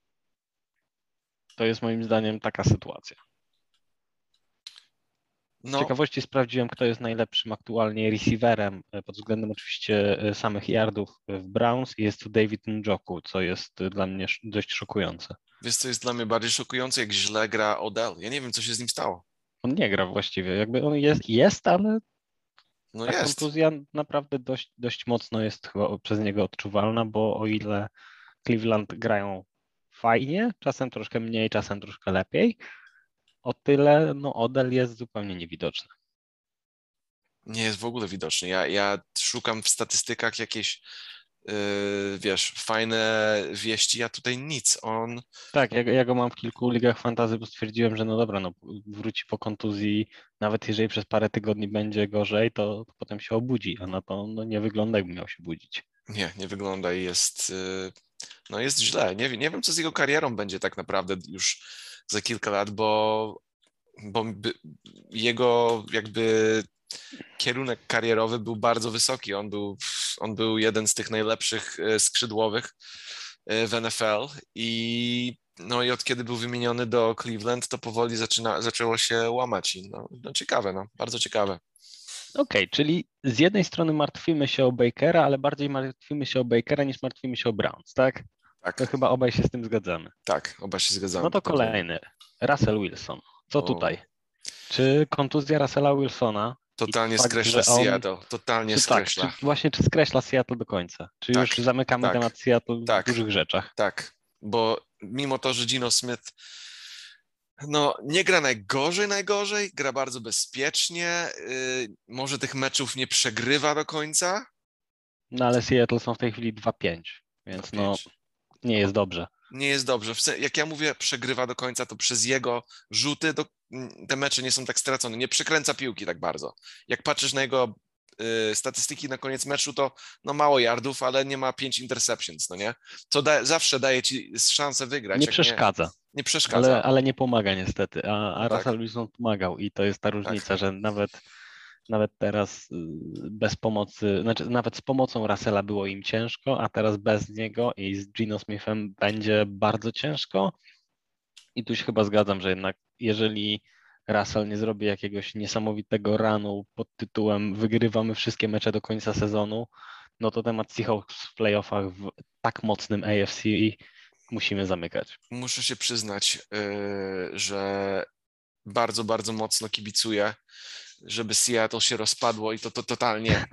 To jest moim zdaniem taka sytuacja. Z no, ciekawości sprawdziłem, kto jest najlepszym aktualnie receiverem pod względem oczywiście samych yardów w Browns. Jest to David Njoku, co jest dla mnie dość szokujące. wiesz co jest dla mnie bardziej szokujące, jak źle gra Odell. Ja nie wiem, co się z nim stało. On nie gra właściwie, jakby on jest, jest ale No ta jest. kontuzja naprawdę dość, dość mocno jest chyba przez niego odczuwalna, bo o ile Cleveland grają fajnie, czasem troszkę mniej, czasem troszkę lepiej, o tyle no Odell jest zupełnie niewidoczny. Nie jest w ogóle widoczny. Ja, ja szukam w statystykach jakieś, yy, wiesz, fajne wieści, ja tutaj nic. On, Tak, ja, ja go mam w kilku ligach fantasy, bo stwierdziłem, że no dobra, no wróci po kontuzji, nawet jeżeli przez parę tygodni będzie gorzej, to, to potem się obudzi, a na to no, nie wygląda, jakby miał się budzić. nie, nie wygląda i jest, yy, no jest źle. Nie, wiem- nie wiem, co z jego karierą będzie tak naprawdę już za kilka lat, bo, bo by, jego jakby kierunek karierowy był bardzo wysoki. On był, on był jeden z tych najlepszych e, skrzydłowych e, w N F L i no i od kiedy był wymieniony do Cleveland, to powoli zaczyna, zaczęło się łamać. I no, no ciekawe, no, bardzo ciekawe. Okej, czyli z jednej strony martwimy się o Bakera, ale bardziej martwimy się o Bakera niż martwimy się o Browns, tak? To Tak, chyba obaj się z tym zgadzamy. tak, oba się zgadzamy. No to Totalnie. kolejny, Russell Wilson. Co O, tutaj? Czy kontuzja Russella Wilsona i totalnie fakt, skreśla że on, Seattle, totalnie czy tak, czy skreśla. właśnie czy skreśla Seattle do końca? Czy już Tak, zamykamy tak, temat Seattle w tak, dużych rzeczach? tak, bo mimo to, że Gino Smith no, nie gra najgorzej, najgorzej, gra bardzo bezpiecznie, yy, może tych meczów nie przegrywa do końca. No ale Seattle są w tej chwili dwa pięć, więc no dwa pięć. nie jest dobrze. Nie jest dobrze. W se- Jak ja mówię, przegrywa do końca, to przez jego rzuty do, te mecze nie są tak stracone. Nie przekręca piłki tak bardzo. Jak patrzysz na jego y, statystyki na koniec meczu, to no mało yardów, ale nie ma pięć interceptions, no nie? Co da, zawsze daje ci szansę wygrać. Nie Jak nie, przeszkadza. nie przeszkadza. Ale, ale nie pomaga niestety, a, a No tak, Russell Wilson pomagał i to jest ta różnica, tak. że nawet, nawet teraz y, bez pomocy, znaczy nawet z pomocą Russella było im ciężko, a teraz bez niego i z Gino Smithem będzie bardzo ciężko i tu się chyba zgadzam, że jednak jeżeli Russell nie zrobi jakiegoś niesamowitego runu pod tytułem wygrywamy wszystkie mecze do końca sezonu, no to temat Seahawks w playoffach w tak mocnym A F C musimy zamykać. Muszę się przyznać, yy, że bardzo, bardzo mocno kibicuję, żeby Seattle się rozpadło i to, to totalnie,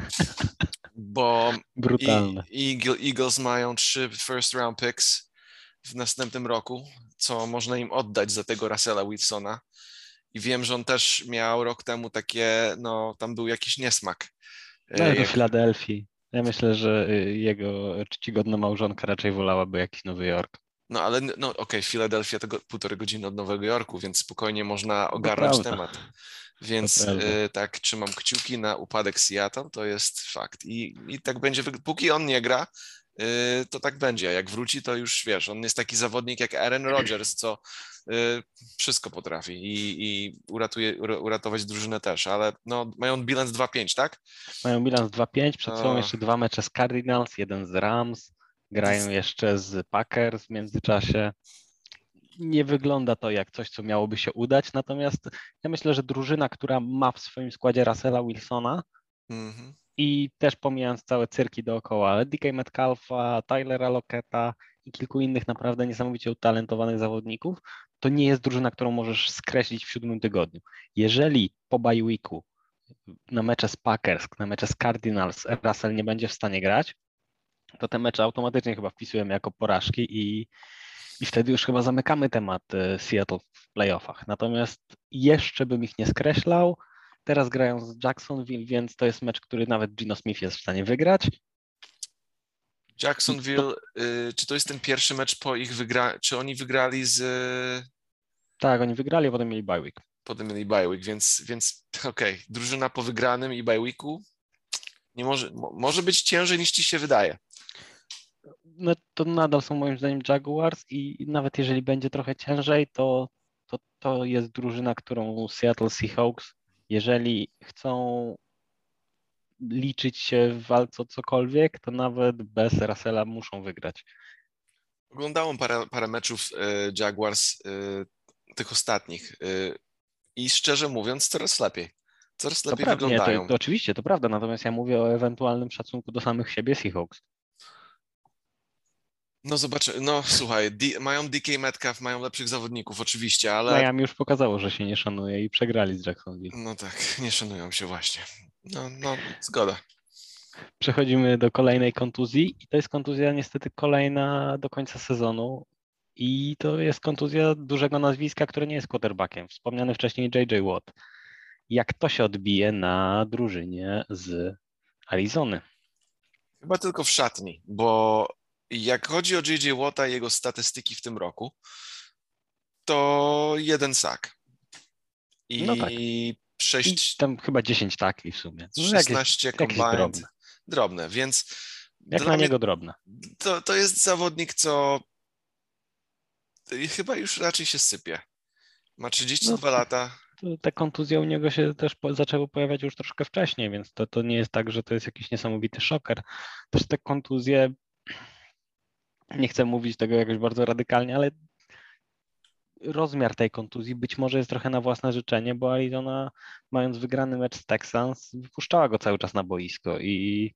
bo i, Brutalne. Eagle, Eagles mają trzy first round picks w następnym roku, co można im oddać za tego Russella Wilsona. I wiem, że on też miał rok temu takie, no tam był jakiś niesmak. No ale E, do Jak, Filadelfii. Ja myślę, że y, jego czcigodna małżonka raczej wolałaby jakiś Nowy Jork. no ale no okej, Filadelfia to go, półtorej godziny od Nowego Jorku, więc spokojnie można To ogarnąć prawda, temat. to Więc prawda. y, tak, trzymam kciuki na upadek Seattle, to jest fakt. I, i tak będzie, wyg- póki on nie gra, y, to tak będzie. A jak wróci, to już wiesz, on jest taki zawodnik jak Aaron Rodgers, co y, wszystko potrafi i, i uratuje, ura- uratować drużynę też, ale no, mają bilans dwa pięć, tak? Mają bilans dwa pięć, przed sobą O, jeszcze dwa mecze z Cardinals, jeden z Rams, grają jeszcze z Packers w międzyczasie. Nie wygląda to jak coś, co miałoby się udać, natomiast ja myślę, że drużyna, która ma w swoim składzie Russella Wilsona, mhm. i też pomijając całe cyrki dookoła, ale D K Metcalfa, Tylera Lockett'a i kilku innych naprawdę niesamowicie utalentowanych zawodników, to nie jest drużyna, którą możesz skreślić w siódmym tygodniu. Jeżeli po bye weeku na mecze z Packers, na mecze z Cardinals Russell nie będzie w stanie grać, to te mecze automatycznie chyba wpisujemy jako porażki i, i wtedy już chyba zamykamy temat Seattle w playoffach. Natomiast jeszcze bym ich nie skreślał. Teraz grają z Jacksonville, więc to jest mecz, który nawet Geno Smith jest w stanie wygrać. Jacksonville, to... y, czy to jest ten pierwszy mecz po ich wygraniu, czy oni wygrali z... Tak, oni wygrali, a potem mieli bye week. Potem mieli bye week, więc, więc okej, okay. Drużyna po wygranym i bye weeku nie może, może być ciężej niż ci się wydaje. No to nadal są moim zdaniem Jaguars i nawet jeżeli będzie trochę ciężej, to to, to jest drużyna, którą Seattle Seahawks, jeżeli chcą liczyć się w walce o cokolwiek, to nawet bez Russella muszą wygrać. Oglądałem parę, parę meczów y, Jaguars, y, tych ostatnich y, i szczerze mówiąc coraz lepiej. Coraz lepiej to wyglądają. Nie, to, to oczywiście, to prawda, natomiast ja mówię o ewentualnym szacunku do samych siebie Seahawks. No zobaczę, no słuchaj, D, mają D K Metcalf, mają lepszych zawodników oczywiście, ale... Miami już pokazało, że się nie szanuje i przegrali z Jacksonville. No tak, nie szanują się właśnie. No, no, zgoda. Przechodzimy do kolejnej kontuzji i to jest kontuzja niestety kolejna do końca sezonu i to jest kontuzja dużego nazwiska, które nie jest quarterbackiem. Wspomniany wcześniej J J Watt. Jak to się odbije na drużynie z Arizony? Chyba tylko w szatni, bo jak chodzi o J J Watta i jego statystyki w tym roku, to jeden sack. I No tak. sześć... I tam chyba dziesięć takli w sumie. No szesnaście jakieś, jakieś combined. drobne. Drobne, więc... Jak dla na mnie niego drobne. To, to jest zawodnik, co chyba już raczej się sypie. Ma trzydzieści dwa No, lata. Te kontuzje u niego się też po, zaczęły pojawiać już troszkę wcześniej, więc to, to nie jest tak, że to jest jakiś niesamowity szoker. Też te kontuzje, nie chcę mówić tego jakoś bardzo radykalnie, ale rozmiar tej kontuzji być może jest trochę na własne życzenie, bo Arizona, mając wygrany mecz z Texans, wypuszczała go cały czas na boisko i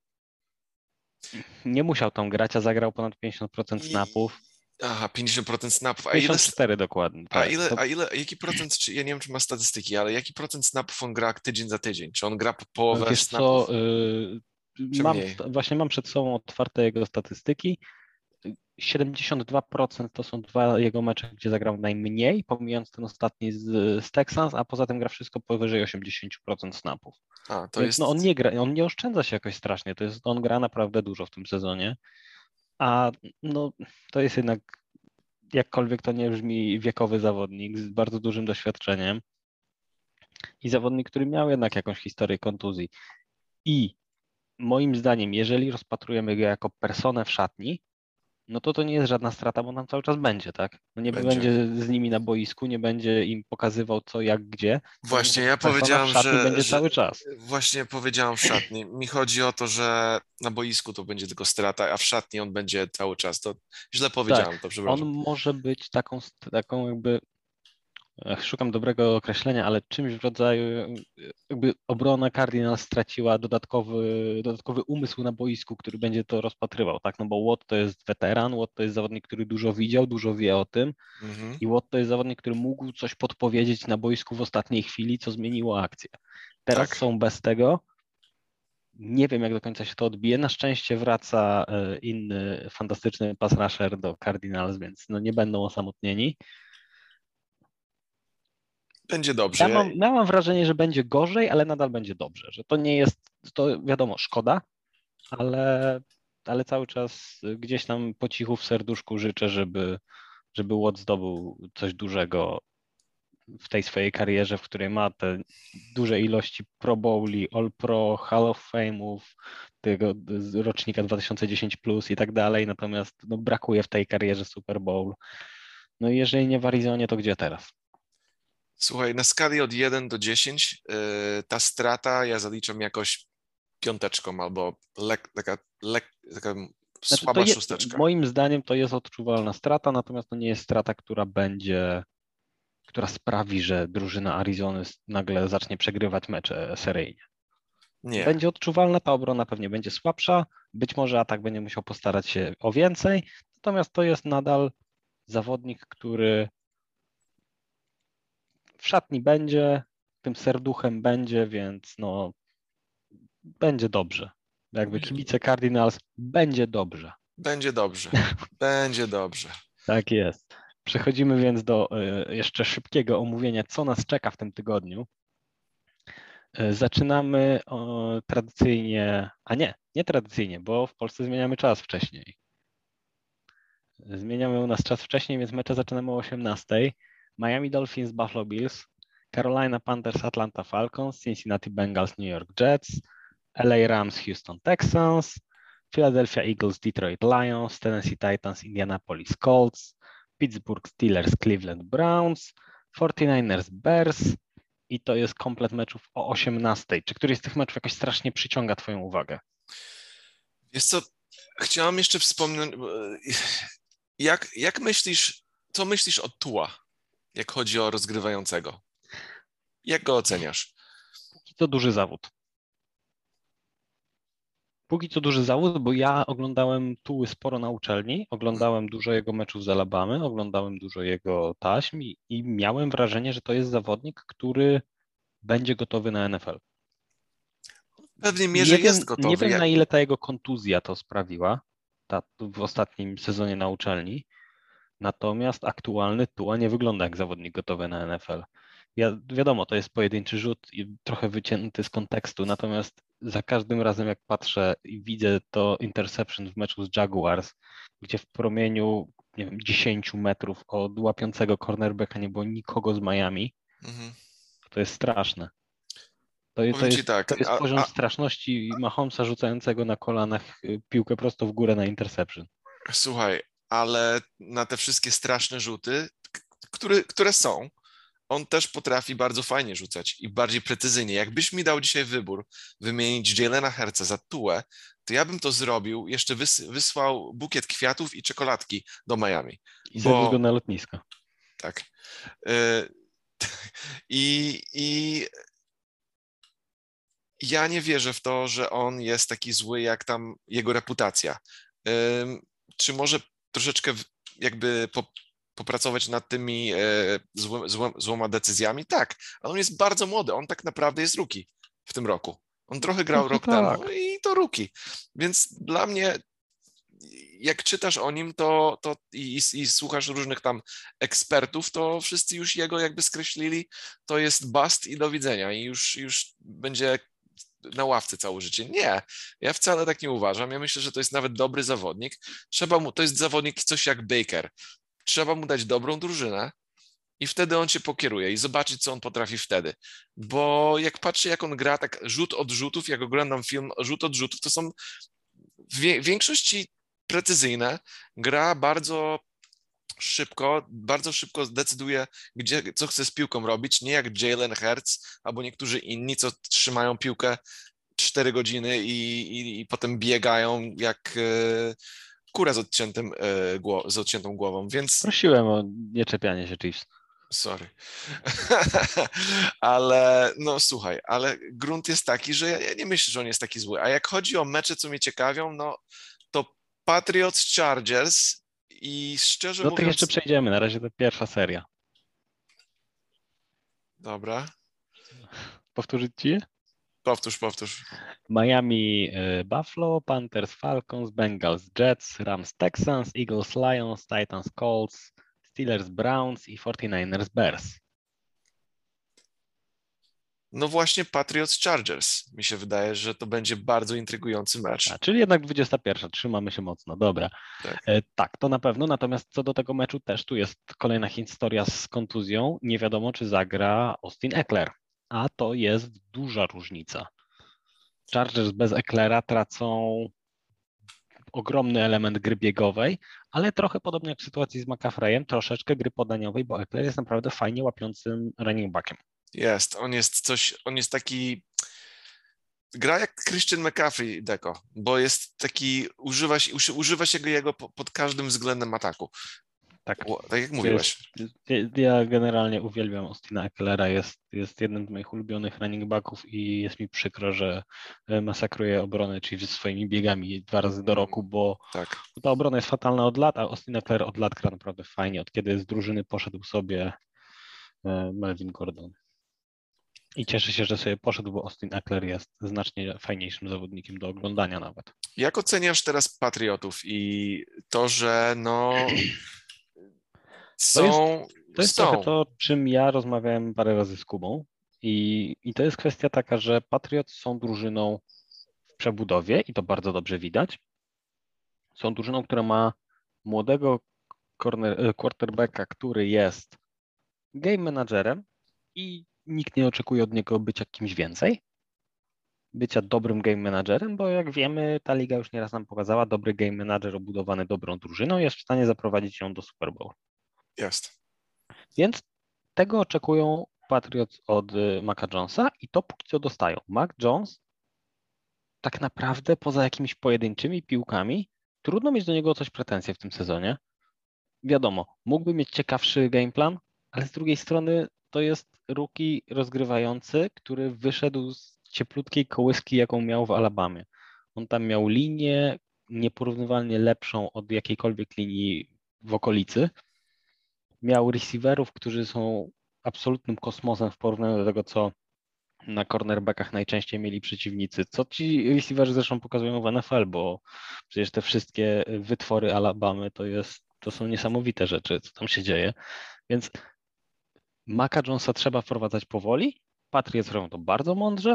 nie musiał tam grać, a zagrał ponad pięćdziesiąt procent I... snapów. Aha, pięćdziesiąt procent snapów. A pięćdziesiąt cztery ile... dokładnie. A Tak. ile, To... a ile, jaki procent, czy, ja nie wiem, czy ma statystyki, ale jaki procent snapów on gra tydzień za tydzień? Czy on gra po połowę Wiesz snapów? co, yy, Czy mam, mniej? właśnie mam przed sobą otwarte jego statystyki. siedemdziesiąt dwa procent to są dwa jego mecze, gdzie zagrał najmniej, pomijając ten ostatni z, z Texans, a poza tym gra wszystko powyżej osiemdziesiąt procent snapów. A, to Więc jest... no on nie gra, on nie oszczędza się jakoś strasznie, to jest, on gra naprawdę dużo w tym sezonie, a no to jest jednak, jakkolwiek to nie brzmi, wiekowy zawodnik z bardzo dużym doświadczeniem i zawodnik, który miał jednak jakąś historię kontuzji. I moim zdaniem, jeżeli rozpatrujemy go jako personę w szatni, no to to nie jest żadna strata, bo nam cały czas będzie, tak? No nie Będzie. będzie z nimi na boisku, nie będzie im pokazywał co, jak, gdzie. Właśnie, Natomiast ja persona powiedziałem, w szatni że, będzie że cały czas. właśnie powiedziałem w szatni. Mi chodzi o to, że na boisku to będzie tylko strata, a w szatni on będzie cały czas. To źle powiedziałem, Tak, to on przepraszam. może być taką, taką jakby, szukam dobrego określenia, ale czymś w rodzaju, jakby obrona Cardinals straciła dodatkowy, dodatkowy umysł na boisku, który będzie to rozpatrywał, tak? No bo Watt to jest weteran, Watt to jest zawodnik, który dużo widział, dużo wie o tym. Mhm. I Watt to jest zawodnik, który mógł coś podpowiedzieć na boisku w ostatniej chwili, co zmieniło akcję. Teraz Tak. są bez tego. Nie wiem, jak do końca się to odbije. Na szczęście wraca inny fantastyczny pass rusher do Cardinals, więc no nie będą osamotnieni. Będzie dobrze. Ja mam, ja mam wrażenie, że będzie gorzej, ale nadal będzie dobrze. Że to nie jest, to wiadomo, szkoda, ale, ale cały czas gdzieś tam po cichu w serduszku życzę, żeby, żeby Watt zdobył coś dużego w tej swojej karierze, w której ma te duże ilości Pro Bowli, All Pro, Hall of Fame'ów, tego z rocznika dwa tysiące dziesięć plus i tak dalej, natomiast no, brakuje w tej karierze Super Bowl. No i jeżeli nie w Arizonie, to gdzie teraz? Słuchaj, na skali od jeden do dziesięciu yy, ta strata ja zaliczam jakoś piąteczką albo lek, taka, lek, taka Znaczy, słaba to je, szósteczka. moim zdaniem to jest odczuwalna strata, natomiast to nie jest strata, która będzie, która sprawi, że drużyna Arizony nagle zacznie przegrywać mecze seryjnie. Nie. Będzie odczuwalna, ta obrona pewnie będzie słabsza, być może atak będzie musiał postarać się o więcej, natomiast to jest nadal zawodnik, który w szatni będzie, tym serduchem będzie, więc no będzie dobrze. Jakby kibice Cardinals, będzie dobrze. Będzie dobrze. Będzie dobrze. Tak jest. Przechodzimy więc do y, jeszcze szybkiego omówienia, co nas czeka w tym tygodniu. Y, zaczynamy o, tradycyjnie, a nie, nie tradycyjnie, bo w Polsce zmieniamy czas wcześniej. Zmieniamy u nas czas wcześniej, więc mecze zaczynamy o osiemnastej. Miami Dolphins, Buffalo Bills, Carolina Panthers, Atlanta Falcons, Cincinnati Bengals, New York Jets, L A Rams, Houston Texans, Philadelphia Eagles, Detroit Lions, Tennessee Titans, Indianapolis Colts, Pittsburgh Steelers, Cleveland Browns, forty-niners Bears i to jest komplet meczów o osiemnastej. Czy któryś z tych meczów jakoś strasznie przyciąga Twoją uwagę? Wiesz co, chciałam jeszcze wspomnieć, jak, jak myślisz, co myślisz o Tua, jak chodzi o rozgrywającego? Jak go oceniasz? Póki co duży zawód. Póki co duży zawód, bo ja oglądałem Tuły sporo na uczelni, oglądałem dużo jego meczów z Alabamy, oglądałem dużo jego taśm i, i miałem wrażenie, że to jest zawodnik, który będzie gotowy na N F L. W pewnej mierze Nie wiem, jest gotowy. nie wiem Jak... na ile ta jego kontuzja to sprawiła ta, w ostatnim sezonie na uczelni, natomiast aktualny Tua nie wygląda jak zawodnik gotowy na N F L. Ja, wiadomo, to jest pojedynczy rzut i trochę wycięty z kontekstu, natomiast za każdym razem jak patrzę i widzę to interception w meczu z Jaguars, gdzie w promieniu, nie wiem, dziesięć metrów od łapiącego cornerbacka nie było nikogo z Miami, Mhm. to jest straszne. To, to, Powiem ci jest, tak, to jest a, poziom a, straszności Mahomesa rzucającego na kolanach y, piłkę prosto w górę na interception. słuchaj, ale na te wszystkie straszne rzuty, k- które, które są, on też potrafi bardzo fajnie rzucać i bardziej precyzyjnie. Jakbyś mi dał dzisiaj wybór wymienić Jalena Hurtsa za Tuę, to ja bym to zrobił, jeszcze wys, wysłał bukiet kwiatów i czekoladki do Miami. I zawiózł go Bo na lotnisko. tak. Y, I, I ja nie wierzę w to, że on jest taki zły, jak tam jego reputacja. Ym, Czy może troszeczkę w- jakby po, popracować nad tymi e, złe, złe, złoma decyzjami? Tak, ale on jest bardzo młody, on tak naprawdę jest rookie w tym roku. On trochę grał Trochę rok tak. temu i to rookie. Więc dla mnie, jak czytasz o nim to, to i, i, i słuchasz różnych tam ekspertów, to wszyscy już jego jakby skreślili, to jest bust i do widzenia i już, już będzie na ławce całe życie. Nie, ja wcale tak nie uważam. Ja myślę, że to jest nawet dobry zawodnik. Trzeba mu, to jest zawodnik coś jak Baker. Trzeba mu dać dobrą drużynę i wtedy on się pokieruje i zobaczyć, co on potrafi wtedy. Bo jak patrzę, jak on gra, tak rzut od rzutów, jak oglądam film, rzut od rzutów, to są w wie- większości precyzyjne. Gra bardzo szybko, bardzo szybko decyduje, gdzie, co chce z piłką robić, nie jak Jalen Hurts albo niektórzy inni, co trzymają piłkę cztery godziny i, i, i potem biegają jak e, kura z, odciętym, e, gło, z odciętą głową, więc Prosiłem o nieczepianie się Chiefs. sorry. Ale no słuchaj, ale grunt jest taki, że ja, ja nie myślę, że on jest taki zły. A jak chodzi o mecze, co mnie ciekawią, no to Patriots Chargers i szczerze Do tych jeszcze mówiąc, przejdziemy, na razie to pierwsza seria. dobra, Powtórzyć ci? powtórz, powtórz. Miami, y, Buffalo, Panthers, Falcons, Bengals, Jets, Rams, Texans, Eagles, Lions, Titans, Colts, Steelers, Browns i forty-niners, Bears. No właśnie Patriots Chargers. Mi się wydaje, że to będzie bardzo intrygujący A, mecz. czyli jednak dwudziesta pierwsza, trzymamy się mocno, dobra. Tak. E, tak, to na pewno, natomiast co do tego meczu też tu jest kolejna historia z kontuzją. Nie wiadomo, czy zagra Austin Eckler, a to jest duża różnica. Chargers bez Ecklera tracą ogromny element gry biegowej, ale trochę podobnie jak w sytuacji z McCaffreyem, troszeczkę gry podaniowej, bo Eckler jest naprawdę fajnie łapiącym running backiem. Jest, on jest coś, on jest taki, gra jak Christian McCaffrey, Deko, bo jest taki, używa, się- uży- używa się go jego po- pod każdym względem ataku. Tak. Tak jak To mówiłeś. jest, ja generalnie uwielbiam Austina Ekelera, jest, jest jednym z moich ulubionych running backów i jest mi przykro, że masakruje obronę Chiefs swoimi biegami dwa razy do roku, bo Tak. ta obrona jest fatalna od lat, a Austin Ekeler od lat gra naprawdę fajnie, od kiedy z drużyny poszedł sobie Melvin Gordon. I cieszę się, że sobie poszedł, bo Austin Ekeler jest znacznie fajniejszym zawodnikiem do oglądania nawet. Jak oceniasz teraz Patriotów i to, że no są... To jest, to jest trochę są. to, o czym ja rozmawiałem parę razy z Kubą i, i to jest kwestia taka, że Patriots są drużyną w przebudowie i to bardzo dobrze widać. Są drużyną, która ma młodego corner, quarterbacka, który jest game managerem i nikt nie oczekuje od niego bycia kimś więcej. Bycia dobrym game managerem, bo jak wiemy, ta liga już nieraz nam pokazała, dobry game manager obudowany dobrą drużyną jest w stanie zaprowadzić ją do Super Bowl. Jest. Więc tego oczekują Patriots od Maca Jonesa i to póki co dostają. Mac Jones tak naprawdę poza jakimiś pojedynczymi piłkami trudno mieć do niego coś pretensje w tym sezonie. Wiadomo, mógłby mieć ciekawszy game plan, ale z drugiej strony to jest rookie rozgrywający, który wyszedł z cieplutkiej kołyski, jaką miał w Alabamie. On tam miał linię nieporównywalnie lepszą od jakiejkolwiek linii w okolicy. Miał receiverów, którzy są absolutnym kosmosem w porównaniu do tego, co na cornerbackach najczęściej mieli przeciwnicy. Co ci receiverzy zresztą pokazują w N F L, bo przecież te wszystkie wytwory Alabamy to jest, to są niesamowite rzeczy, co tam się dzieje. Więc Maca Jonesa trzeba wprowadzać powoli. Patriots robią to bardzo mądrze.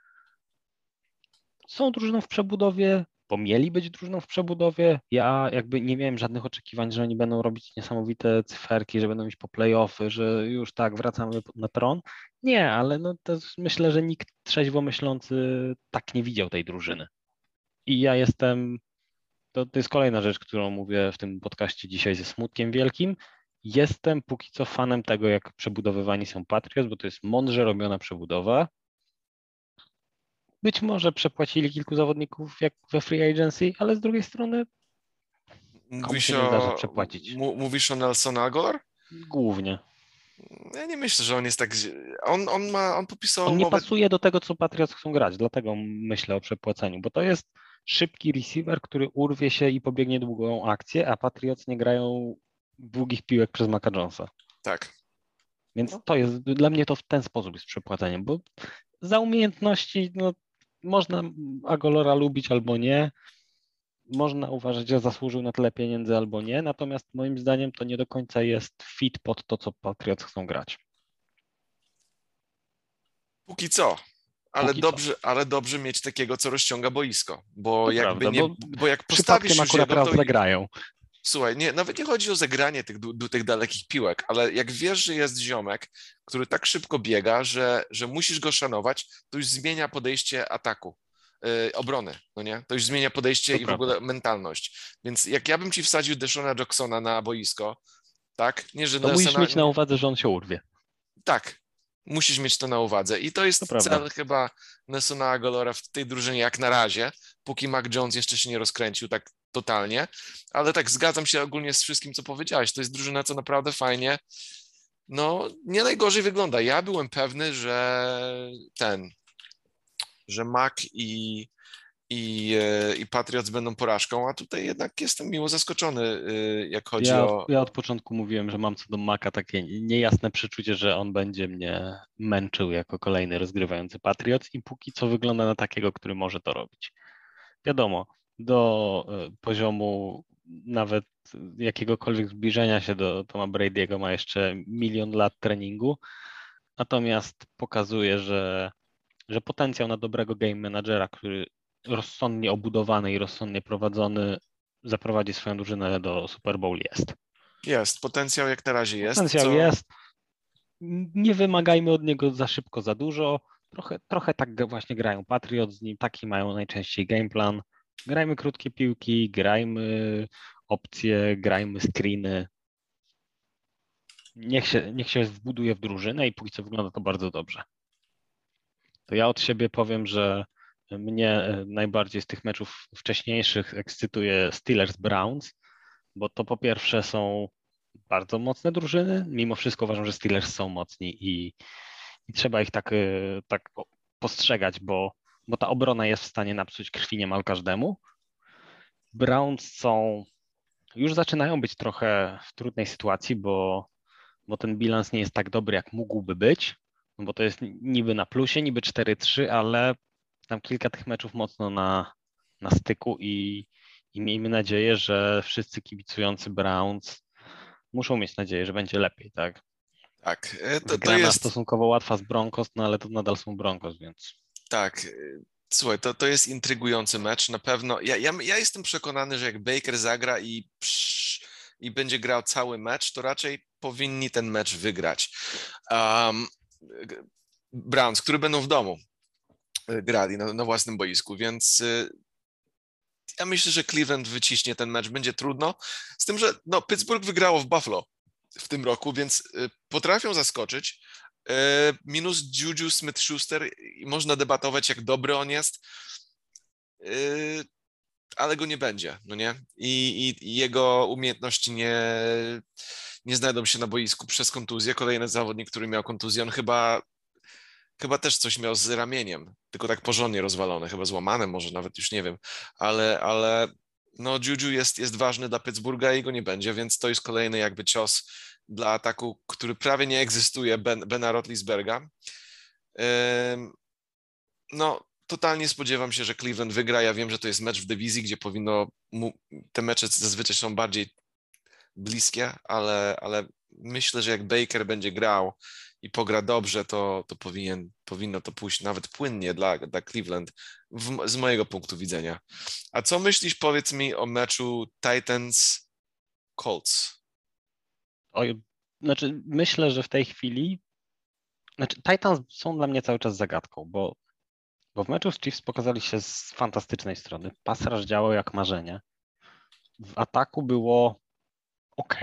Są drużyną w przebudowie, bo mieli być drużyną w przebudowie. Ja jakby nie miałem żadnych oczekiwań, że oni będą robić niesamowite cyferki, że będą iść po playoffy, że już tak, wracamy na tron. Nie, ale no to myślę, że nikt trzeźwo myślący tak nie widział tej drużyny. I ja jestem, to, to jest kolejna rzecz, którą mówię w tym podcaście dzisiaj ze smutkiem wielkim. Jestem póki co fanem tego, jak przebudowywani są Patriots, bo to jest mądrze robiona przebudowa. Być może przepłacili kilku zawodników jak we free agency, ale z drugiej strony komu Mówisz się nie zdarza o, przepłacić? mu- mówisz o Nelson Aguilar? Głównie. Ja nie myślę, że on jest tak... On, on ma, on podpisał On nie umowę... pasuje do tego, co Patriots chcą grać, dlatego myślę o przepłaceniu, bo to jest szybki receiver, który urwie się i pobiegnie długą akcję, a Patriots nie grają długich piłek przez Maca Jonesa. Tak. Więc No. to jest, dla mnie to w ten sposób jest przepłaceniem, bo za umiejętności no, można Agolora lubić albo nie, można uważać, że zasłużył na tyle pieniędzy albo nie, natomiast moim zdaniem to nie do końca jest fit pod to, co Patriots chcą grać. Póki co. Ale Póki dobrze, co. ale dobrze mieć takiego, co rozciąga boisko. Bo To jakby prawda, nie... bo Bo jak postawisz przypadkiem już akurat jego, raz to... zagrają. Słuchaj, nie, nawet nie chodzi o zagranie tych, du- tych dalekich piłek, ale jak wiesz, że jest ziomek, który tak szybko biega, że, że musisz go szanować, to już zmienia podejście ataku, yy, obrony, no nie? To już zmienia podejście To i w prawda. ogóle mentalność. Więc jak ja bym ci wsadził Deshona Jacksona na boisko, tak? Nie, że To musisz Nelsona, mieć na nie, uwadze, że on się urwie. tak, musisz mieć to na uwadze. I to To jest prawda. cel chyba Nelsona Agolora w tej drużynie jak na razie, póki Mac Jones jeszcze się nie rozkręcił tak totalnie. Ale tak, zgadzam się ogólnie z wszystkim, co powiedziałeś. To jest drużyna, co naprawdę fajnie, no nie najgorzej wygląda. Ja byłem pewny, że ten, że Mac i, i, e, i Patriots będą porażką, a tutaj jednak jestem miło zaskoczony, e, jak chodzi Ja, o... ja od początku mówiłem, że mam co do Maka takie niejasne przeczucie, że on będzie mnie męczył jako kolejny rozgrywający Patriots i póki co wygląda na takiego, który może to robić. Wiadomo, do e, poziomu nawet jakiegokolwiek zbliżenia się do Toma Brady'ego ma jeszcze milion lat treningu, natomiast pokazuje, że, że potencjał na dobrego game managera, który rozsądnie obudowany i rozsądnie prowadzony zaprowadzi swoją drużynę do Super Bowl jest. Jest, potencjał jak na razie jest, Potencjał co... jest. Nie wymagajmy od niego za szybko, za dużo. Trochę, trochę tak właśnie grają Patriots z nim, taki mają najczęściej game plan. Grajmy krótkie piłki, grajmy opcje, grajmy screeny. Niech się, niech się wbuduje w drużynę i póki co wygląda to bardzo dobrze. To ja od siebie powiem, że mnie najbardziej z tych meczów wcześniejszych ekscytuje Steelers-Browns, bo to po pierwsze są bardzo mocne drużyny. Mimo wszystko uważam, że Steelers są mocni i, i trzeba ich tak, y, tak postrzegać, bo, bo ta obrona jest w stanie napsuć krwi niemal każdemu. Browns są, już zaczynają być trochę w trudnej sytuacji, bo, bo ten bilans nie jest tak dobry, jak mógłby być, no bo to jest niby na plusie, niby cztery trzy, ale tam kilka tych meczów mocno na, na styku i, i miejmy nadzieję, że wszyscy kibicujący Browns muszą mieć nadzieję, że będzie lepiej, tak? Tak, e, to, to Wygrana jest, stosunkowo łatwa z Broncos, no ale to nadal są Broncos, więc tak, e, słuchaj, to, to jest intrygujący mecz, na pewno. Ja, ja, ja jestem przekonany, że jak Baker zagra i, psz, i będzie grał cały mecz, to raczej powinni ten mecz wygrać. Um, Browns, którzy będą w domu e, grali na, na własnym boisku, więc e, ja myślę, że Cleveland wyciśnie ten mecz. Będzie trudno, z tym, że no, Pittsburgh wygrało w Buffalo w tym roku, więc y, potrafią zaskoczyć. Y, minus Juju Smith-Schuster i można debatować, jak dobry on jest, y, ale go nie będzie, no nie? I, i, i jego umiejętności nie, nie znajdą się na boisku przez kontuzję. Kolejny zawodnik, który miał kontuzję, on chyba Chyba też coś miał z ramieniem, tylko tak porządnie rozwalone, chyba złamane może, nawet już nie wiem, ale, ale no Juju jest, jest ważny dla Pittsburgha i go nie będzie, więc to jest kolejny jakby cios dla ataku, który prawie nie egzystuje, ben, Bena Roethlisberga. Ym, no, totalnie spodziewam się, że Cleveland wygra. Ja wiem, że to jest mecz w dywizji, gdzie powinno mu, te mecze zazwyczaj są bardziej bliskie, ale, ale myślę, że jak Baker będzie grał i pogra dobrze, to, to powinien, powinno to pójść nawet płynnie dla, dla Cleveland w, z mojego punktu widzenia. A co myślisz, powiedz mi, o meczu Titans-Colts? oj, znaczy myślę, że w tej chwili, znaczy Titans są dla mnie cały czas zagadką, bo, bo w meczu z Chiefs pokazali się z fantastycznej strony. Pass rush działał jak marzenie. W ataku było ok.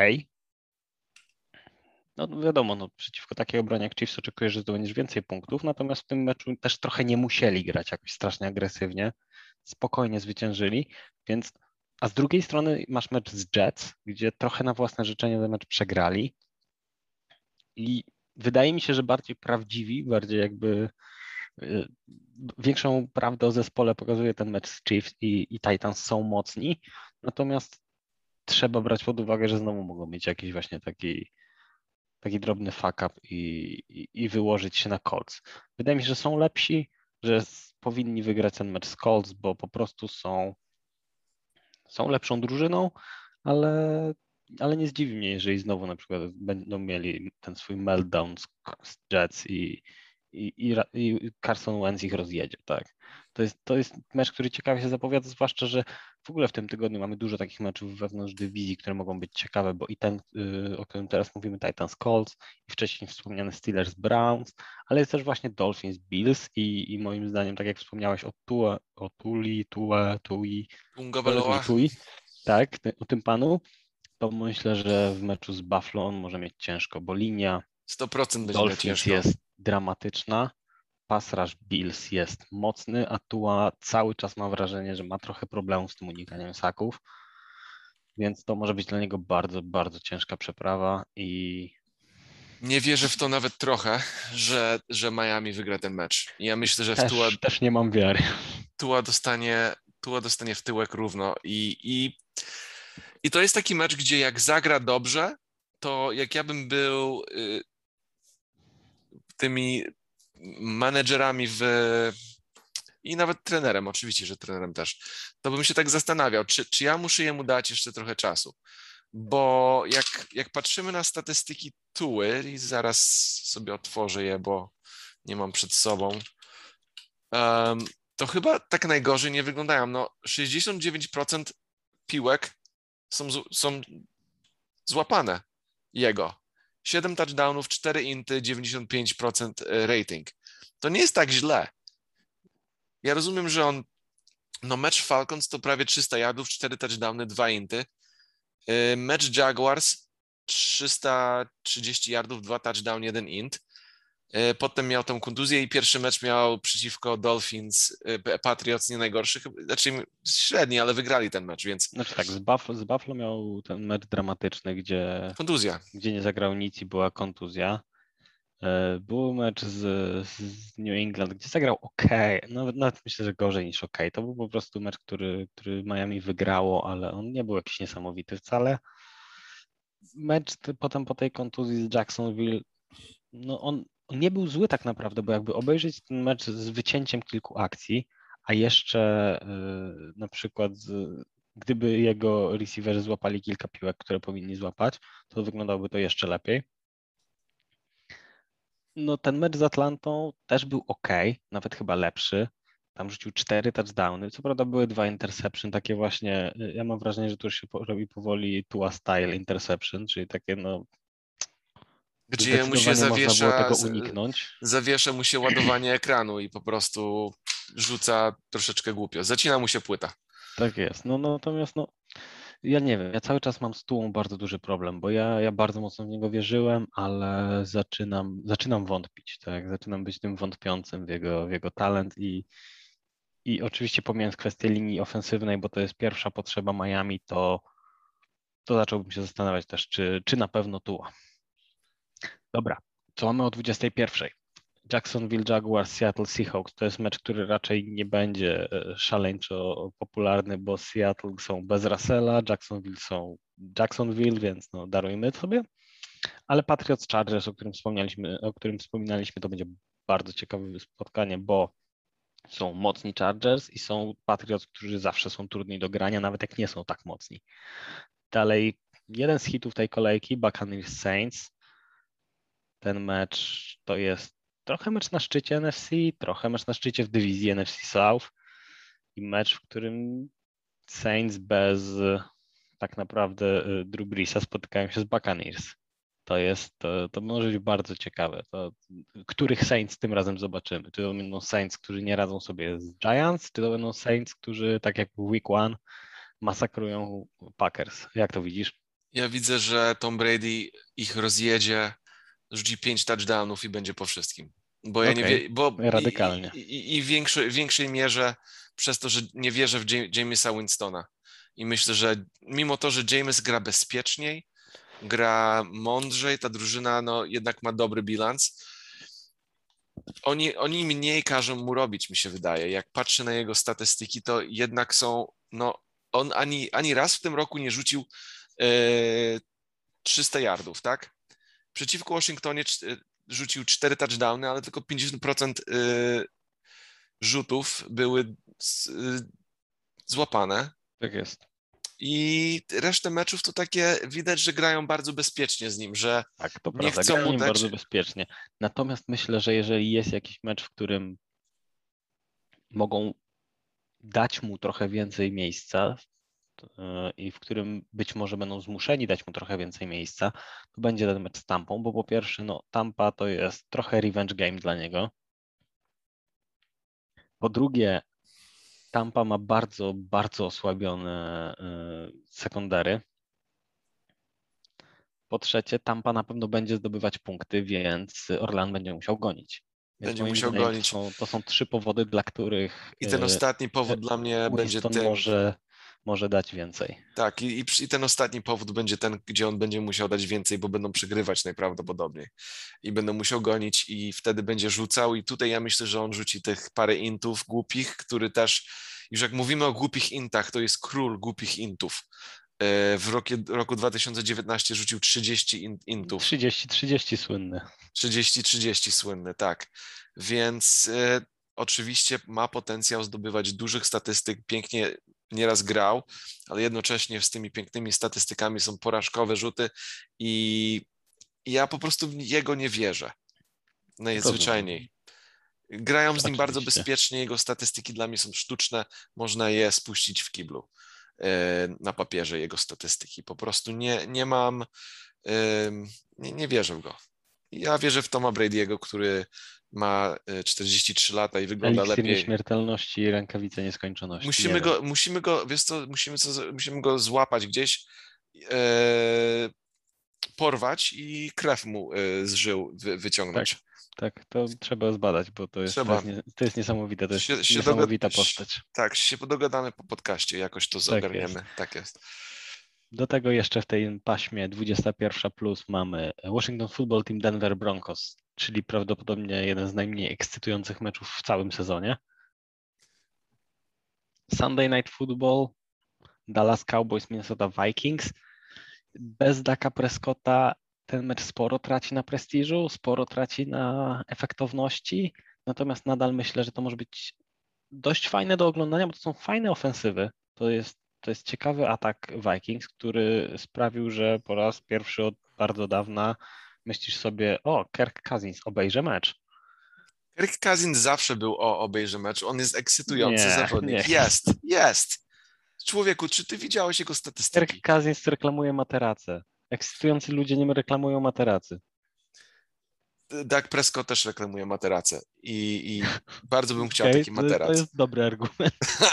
No wiadomo, no, przeciwko takiej obronie jak Chiefs oczekujesz, że zdobędziesz więcej punktów, natomiast w tym meczu też trochę nie musieli grać jakoś strasznie agresywnie, spokojnie zwyciężyli, więc a z drugiej strony masz mecz z Jets, gdzie trochę na własne życzenie ten mecz przegrali i wydaje mi się, że bardziej prawdziwi, bardziej jakby y, większą prawdę o zespole pokazuje ten mecz z Chiefs i, i Titans są mocni, natomiast trzeba brać pod uwagę, że znowu mogą mieć jakiś właśnie taki taki drobny fuck up i, i, i wyłożyć się na Colts. Wydaje mi się, że są lepsi, że s- powinni wygrać ten mecz z Colts, bo po prostu są, są lepszą drużyną, ale, ale nie zdziwi mnie, jeżeli znowu na przykład będą mieli ten swój meltdown z, z Jets i, i, i, Ra- i Carson Wentz ich rozjedzie, tak. To jest, to jest mecz, który ciekawie się zapowiada, zwłaszcza, że w ogóle w tym tygodniu mamy dużo takich meczów wewnątrz dywizji, które mogą być ciekawe, bo i ten, y, o którym teraz mówimy, Titans Colts i wcześniej wspomniany Steelers Browns, ale jest też właśnie Dolphins Bills i, i moim zdaniem, tak jak wspomniałeś o Tua, o Tuli, Tua, Tui, powiedz mi Ungawaloa? Tui, tak, ty, o tym panu, to myślę, że w meczu z Buffalo on może mieć ciężko, bo linia sto procent będzie miał Dolphins ciężko. jest dramatyczna, pass rush Bills jest mocny, a Tua cały czas ma wrażenie, że ma trochę problemów z tym unikaniem saków, więc to może być dla niego bardzo, bardzo ciężka przeprawa i Nie wierzę w to nawet trochę, że, że Miami wygra ten mecz. Ja myślę, że w Tua, też, też nie mam wiary. Tua dostanie, Tua dostanie w tyłek równo i, i, i to jest taki mecz, gdzie jak zagra dobrze, to jak ja bym był y, tymi menedżerami w, i nawet trenerem, oczywiście, że trenerem też, to bym się tak zastanawiał, czy, czy ja muszę jemu dać jeszcze trochę czasu. Bo jak, jak patrzymy na statystyki Tuły, i zaraz sobie otworzę je, bo nie mam przed sobą, um, to chyba tak najgorzej nie wyglądają. No, sześćdziesiąt dziewięć procent piłek są, z- są złapane jego. siedem touchdownów, cztery inty, dziewięćdziesiąt pięć procent rating. To nie jest tak źle. Ja rozumiem, że on, no mecz Falcons to prawie trzysta yardów, cztery touchdowny, dwa inty. Y, Mecz Jaguars trzysta trzydzieści yardów, dwa touchdown, jeden int. Potem miał tą kontuzję i pierwszy mecz miał przeciwko Dolphins, Patriots, nie najgorszy, znaczy średni, ale wygrali ten mecz, więc... Znaczy tak, z, Buff- z Buffalo miał ten mecz dramatyczny, gdzie, Kontuzja. gdzie nie zagrał nic i była kontuzja. E, Był mecz z, z New England, gdzie zagrał ok, nawet, nawet myślę, że gorzej niż ok. To był po prostu mecz, który, który Miami wygrało, ale on nie był jakiś niesamowity wcale. Mecz t- potem po tej kontuzji z Jacksonville, no on, on nie był zły tak naprawdę, bo jakby obejrzeć ten mecz z wycięciem kilku akcji, a jeszcze y, na przykład z, gdyby jego receiverzy złapali kilka piłek, które powinni złapać, to wyglądałoby to jeszcze lepiej. No ten mecz z Atlantą też był ok, nawet chyba lepszy. Tam rzucił cztery touchdowny. Co prawda były dwa interception, takie właśnie, y, ja mam wrażenie, że to już się po- robi powoli Tua style interception, czyli takie no Gdzie mu się zdecydowanie można było zawiesza, tego z- uniknąć. zawiesza mu się ładowanie ekranu i po prostu rzuca troszeczkę głupio. Zacina mu się płyta. Tak jest. No natomiast no, ja nie wiem, ja cały czas mam z Tułą bardzo duży problem, bo ja, ja bardzo mocno w niego wierzyłem, ale zaczynam, zaczynam wątpić, tak? Zaczynam być tym wątpiącym w jego, w jego talent i, i oczywiście pomijając kwestię linii ofensywnej, bo to jest pierwsza potrzeba Miami, to, to zacząłbym się zastanawiać też, czy, czy na pewno Tuła. Dobra, co mamy o dwudziestej pierwszej? Jacksonville Jaguars, Seattle Seahawks. To jest mecz, który raczej nie będzie e, szaleńczo popularny, bo Seattle są bez Russella, Jacksonville są Jacksonville, więc no darujmy sobie. Ale Patriots Chargers, o którym wspomnieliśmy, o którym wspominaliśmy, to będzie bardzo ciekawe spotkanie, bo są mocni Chargers i są Patriots, którzy zawsze są trudni do grania, nawet jak nie są tak mocni. Dalej, jeden z hitów tej kolejki, Buccaneers Saints. Ten mecz to jest trochę mecz na szczycie N F C, trochę mecz na szczycie w dywizji N F C South i mecz, w którym Saints bez tak naprawdę y, Drew Breesa spotykają się z Buccaneers. To jest, to, to może być bardzo ciekawe. To, których Saints tym razem zobaczymy? Czy to będą Saints, którzy nie radzą sobie z Giants, czy to będą Saints, którzy tak jak w Week One masakrują Packers? Jak to widzisz? Ja widzę, że Tom Brady ich rozjedzie, rzuci pięć touchdownów i będzie po wszystkim. Bo ja nie Okej, wie, bo okay. i, Radykalnie. i, i w większej, większej mierze przez to, że nie wierzę w Jamesa Winstona. I myślę, że mimo to, że James gra bezpieczniej, gra mądrzej, ta drużyna no, jednak ma dobry bilans. Oni, oni mniej każą mu robić, mi się wydaje. Jak patrzę na jego statystyki, to jednak są, no, on ani, ani raz w tym roku nie rzucił e, trzysta yardów, tak? Przeciwko Waszyngtonie rzucił cztery touchdowny, ale tylko pięćdziesiąt procent rzutów były złapane. Tak jest. I resztę meczów to takie widać, że grają bardzo bezpiecznie z nim, że Tak, to nie prawda, chcą gra mu nim dać. bardzo bezpiecznie. Natomiast myślę, że jeżeli jest jakiś mecz, w którym mogą dać mu trochę więcej miejsca yy, i w którym być może będą zmuszeni dać mu trochę więcej miejsca, to będzie ten mecz z Tampą, bo po pierwsze, no, Tampa to jest trochę revenge game dla niego. Po drugie, Tampa ma bardzo, bardzo osłabione yy, sekundary. Po trzecie, Tampa na pewno będzie zdobywać punkty, więc Orlan będzie musiał gonić. Więc Będzie moim musiał zdaniem to gonić. są, to są trzy powody, dla których I ten ostatni powód dla mnie będzie Winston tym. może, może dać więcej. Tak, i, i ten ostatni powód będzie ten, gdzie on będzie musiał dać więcej, bo będą przegrywać najprawdopodobniej. I będą musiał gonić i wtedy będzie rzucał. I tutaj ja myślę, że on rzuci tych parę intów głupich, który też, już jak mówimy o głupich intach, to jest król głupich intów. W roku, roku dwa tysiące dziewiętnastym rzucił trzydzieści intów. trzydzieści trzydzieści słynny. trzydzieści trzydzieści słynny, tak. Więc e, oczywiście ma potencjał zdobywać dużych statystyk, pięknie nieraz grał, ale jednocześnie z tymi pięknymi statystykami są porażkowe rzuty i ja po prostu w jego nie wierzę. Najzwyczajniej. Grają z nim bardzo bezpiecznie, jego statystyki dla mnie są sztuczne, można je spuścić w kiblu e, na papierze, jego statystyki. Po prostu nie, nie mam, e, nie, nie wierzę w go. Ja wierzę w Toma Brady'ego, który ma czterdzieści trzy lata i wygląda Eliksir lepiej. nieśmiertelności i rękawice nieskończoności. Musimy nie go, musimy go, wiesz co, musimy, co, musimy go złapać gdzieś, e, porwać i krew mu e, z żył wy, wyciągnąć. Tak, tak, to trzeba zbadać, bo to jest, to Trzeba. jest, nie, to jest niesamowite, to jest Się, się niesamowita dogad- postać. Tak, się dogadamy po podcaście, jakoś to Tak jest. zogarniemy. Tak jest. Do tego jeszcze w tej paśmie dwudziesta pierwsza plus mamy Washington Football Team Denver Broncos, czyli prawdopodobnie jeden z najmniej ekscytujących meczów w całym sezonie. Sunday Night Football, Dallas Cowboys, Minnesota Vikings. Bez Daka Prescotta ten mecz sporo traci na prestiżu, sporo traci na efektowności, natomiast nadal myślę, że to może być dość fajne do oglądania, bo to są fajne ofensywy. To jest, to jest ciekawy atak Vikings, który sprawił, że po raz pierwszy od bardzo dawna myślisz sobie, o, Kirk Cousins, obejrzę mecz. Kirk Cousins zawsze był o obejrze meczu. On jest ekscytujący Nie, zawodnik. nie. Jest, jest. Człowieku, czy ty widziałeś jego Kirk statystyki? Cousins reklamuje materace. Ekscytujący ludzie nie reklamują materacy. Dak Prescott też reklamuje materace i, i bardzo bym chciał Okay, taki to, to materac. jest dobry argument.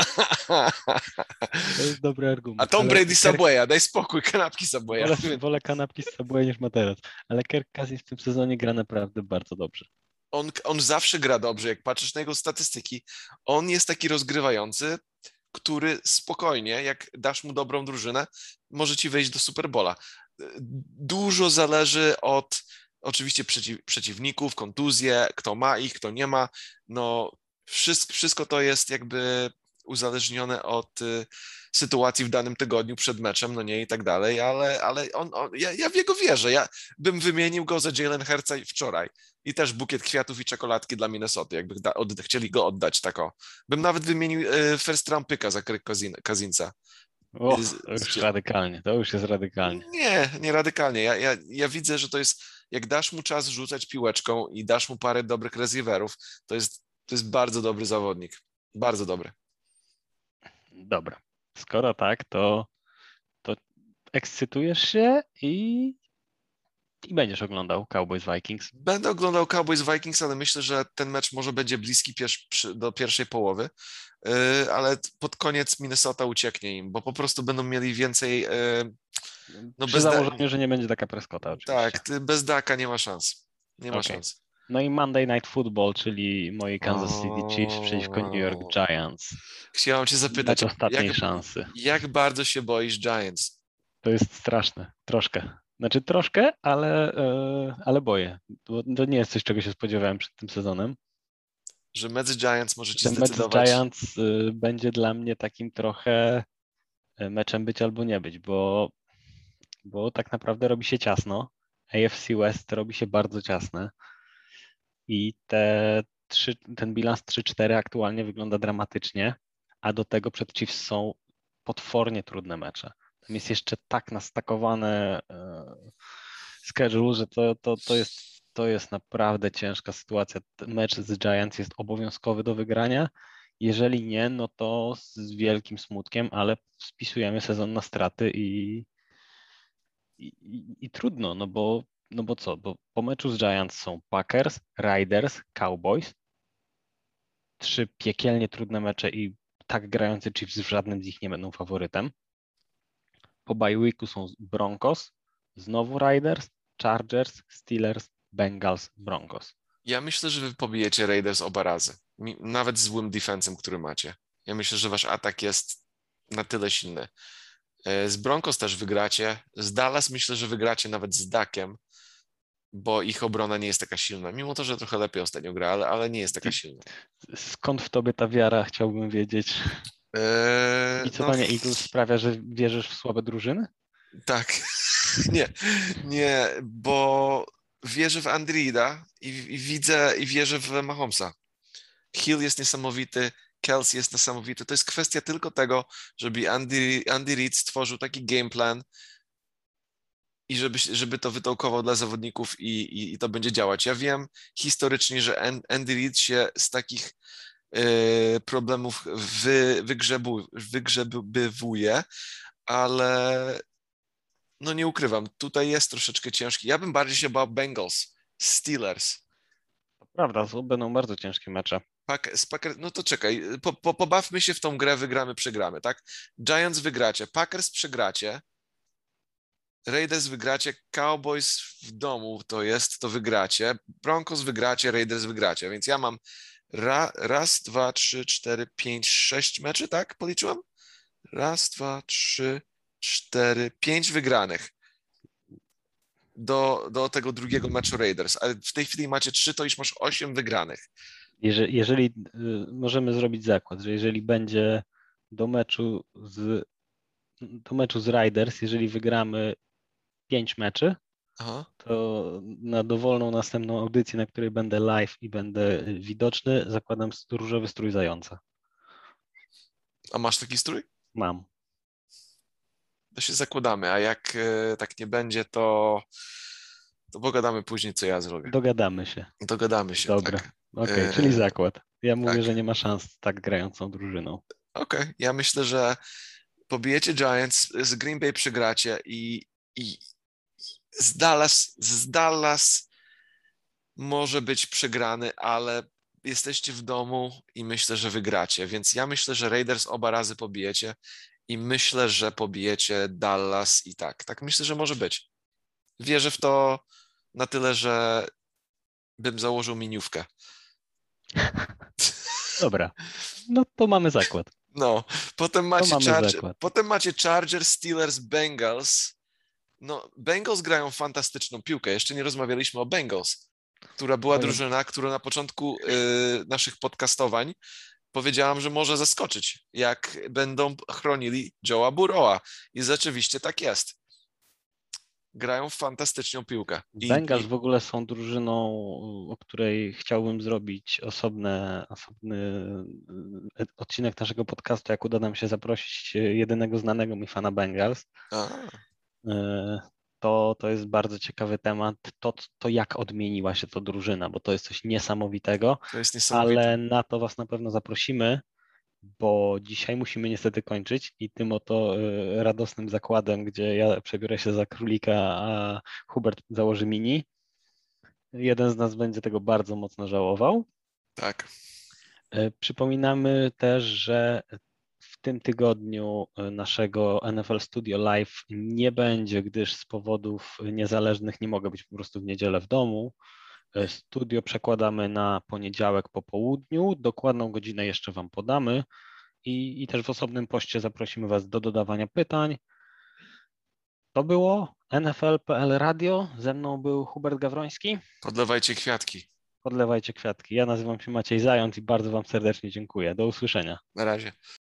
To jest dobry argument. A Tom ale Brady Kirk- Subwaya, daj spokój, kanapki Subwaya. Wolę, wolę kanapki z Subway niż materac. Ale Kirk Cousins w tym sezonie gra naprawdę bardzo dobrze. On, on zawsze gra dobrze, jak patrzysz na jego statystyki. On jest taki rozgrywający, który spokojnie, jak dasz mu dobrą drużynę, może ci wejść do Superbola. Dużo zależy od oczywiście przeciw, przeciwników, kontuzje, kto ma ich, kto nie ma. No, wszystko, wszystko to jest jakby uzależnione od y, sytuacji w danym tygodniu przed meczem, no nie i tak dalej, ale, ale on, on, ja, ja w jego wierzę. Ja bym wymienił go za Jalen Hurtsa wczoraj i też bukiet kwiatów i czekoladki dla Minnesoty, jakby da, od, chcieli go oddać tako. Bym nawet wymienił y, first round picka za Kirk Cousinsa. O, Z- to już z- radykalnie, to już jest radykalnie. Nie, nie radykalnie. Ja, ja, ja widzę, że to jest, jak dasz mu czas rzucać piłeczką i dasz mu parę dobrych receiverów, to jest, to jest bardzo dobry zawodnik. Bardzo dobry. Dobra. Skoro tak, to, to ekscytujesz się i, i będziesz oglądał Cowboys Vikings. Będę oglądał Cowboys Vikings, ale myślę, że ten mecz może będzie bliski pier- przy, do pierwszej połowy, yy, ale pod koniec Minnesota ucieknie im, bo po prostu będą mieli więcej. Yy, no Przy bez da- założeniu, że nie będzie Daka Prescotta oczywiście. tak, ty- bez Daka nie ma szans. Nie ma Okej. szans. No i Monday Night Football, czyli moi Kansas City Chiefs przeciwko New York O. Giants. Chciałem cię zapytać, Mecz ostatniej jak, szansy. jak bardzo się boisz Giants? To jest straszne, troszkę. Znaczy troszkę, ale, e, ale boję. Bo to nie jest coś, czego się spodziewałem przed tym sezonem. Że mecz Giants może ci Ten mecz z zdecydować. Giants y, będzie dla mnie takim trochę y, meczem być albo nie być, bo, bo tak naprawdę robi się ciasno. A F C West robi się bardzo ciasne i te trzy, ten bilans trzy cztery aktualnie wygląda dramatycznie, a do tego przed Chiefs są potwornie trudne mecze. Tam jest jeszcze tak nastakowane y, schedule, że to, to, to jest To jest naprawdę ciężka sytuacja. Ten mecz z Giants jest obowiązkowy do wygrania. Jeżeli nie, no to z wielkim smutkiem, ale spisujemy sezon na straty i, i, i, i trudno, no bo, no bo co? Bo po meczu z Giants są Packers, Riders, Cowboys. Trzy piekielnie trudne mecze i tak grający Chiefs w żadnym z nich nie będą faworytem. Po bye weeku są Broncos, znowu Riders, Chargers, Steelers, Bengals, Broncos. Ja myślę, że wy pobijecie Raiders oba razy. Mi- Nawet z złym defensem, który macie. Ja myślę, że wasz atak jest na tyle silny. E, Z Broncos też wygracie. Z Dallas myślę, że wygracie nawet z Dakiem, bo ich obrona nie jest taka silna. Mimo to, że trochę lepiej ostatnio gra, ale, ale nie jest taka silna. Skąd w tobie ta wiara, chciałbym wiedzieć. E, Kibicowanie Eagles sprawia, że wierzysz w słabe drużyny? Tak. Nie, nie, bo wierzę w Andy Reida i, i widzę i wierzę w Mahomesa. Hill jest niesamowity, Kelsey jest niesamowity. To jest kwestia tylko tego, żeby Andy, Andy Reid stworzył taki game plan i żeby, żeby to wytałkował dla zawodników i, i, i to będzie działać. Ja wiem historycznie, że An- Andy Reid się z takich e, problemów wy, wygrzebu, wygrzebywuje, ale no nie ukrywam, tutaj jest troszeczkę ciężki. Ja bym bardziej się bał Bengals, Steelers. Prawda, to będą bardzo ciężkie mecze. Pack, z Packer, no to czekaj, po, po, pobawmy się w tą grę, wygramy, przegramy, tak? Giants wygracie, Packers przegracie, Raiders wygracie, Cowboys w domu to jest, to wygracie, Broncos wygracie, Raiders wygracie, więc ja mam ra, raz, dwa, trzy, cztery, pięć, sześć meczy, tak? Policzyłem? Raz, dwa, trzy, cztery, pięć wygranych do, do tego drugiego meczu Raiders, ale w tej chwili macie trzy, to już masz osiem wygranych. Jeżeli, jeżeli y, możemy zrobić zakład, że jeżeli będzie do meczu z do meczu z Raiders, jeżeli wygramy pięć meczy, Aha. to na dowolną następną audycję, na której będę live i będę widoczny, zakładam różowy strój zająca. A masz taki strój? Mam. To się zakładamy, a jak e, tak nie będzie, to, to pogadamy później, co ja zrobię. Dogadamy się. Dogadamy się, Dobra. tak. Okej, okay, E, czyli zakład. Ja mówię, tak. że nie ma szans z tak grającą drużyną. Okej, okay. Ja myślę, że pobijecie Giants, z Green Bay przegracie i, i z Dallas, z Dallas może być przegrany, ale jesteście w domu i myślę, że wygracie, więc ja myślę, że Raiders oba razy pobijecie i myślę, że pobijecie Dallas i tak. Tak myślę, że może być. Wierzę w to na tyle, że bym założył miniówkę. Dobra, no to mamy zakład. No, potem macie, mamy Charger, zakład. potem macie Chargers, Steelers, Bengals. No, Bengals grają fantastyczną piłkę. Jeszcze nie rozmawialiśmy o Bengals, która była Oj. drużyna, która na początku y, naszych podcastowań powiedziałam, że może zaskoczyć, jak będą chronili Joe'a Burrowa. I rzeczywiście tak jest. Grają fantastyczną piłkę. I, Bengals i... w ogóle są drużyną, o której chciałbym zrobić osobne, osobny odcinek naszego podcastu, jak uda nam się zaprosić jedynego znanego mi fana Bengals. A. To, to jest bardzo ciekawy temat, to, to jak odmieniła się to drużyna, bo to jest coś niesamowitego, To jest niesamowite. ale na to Was na pewno zaprosimy, bo dzisiaj musimy niestety kończyć i tym oto y, radosnym zakładem, gdzie ja przebiorę się za królika, a Hubert założy mini. Jeden z nas będzie tego bardzo mocno żałował. Tak. Y, przypominamy też, że w tym tygodniu naszego N F L Studio Live nie będzie, gdyż z powodów niezależnych nie mogę być po prostu w niedzielę w domu. Studio przekładamy na poniedziałek po południu. Dokładną godzinę jeszcze Wam podamy i, i też w osobnym poście zaprosimy Was do dodawania pytań. To było N F L kropka P L Radio. Ze mną był Hubert Gawroński. Podlewajcie kwiatki. Podlewajcie kwiatki. Ja nazywam się Maciej Zając i bardzo Wam serdecznie dziękuję. Do usłyszenia. Na razie.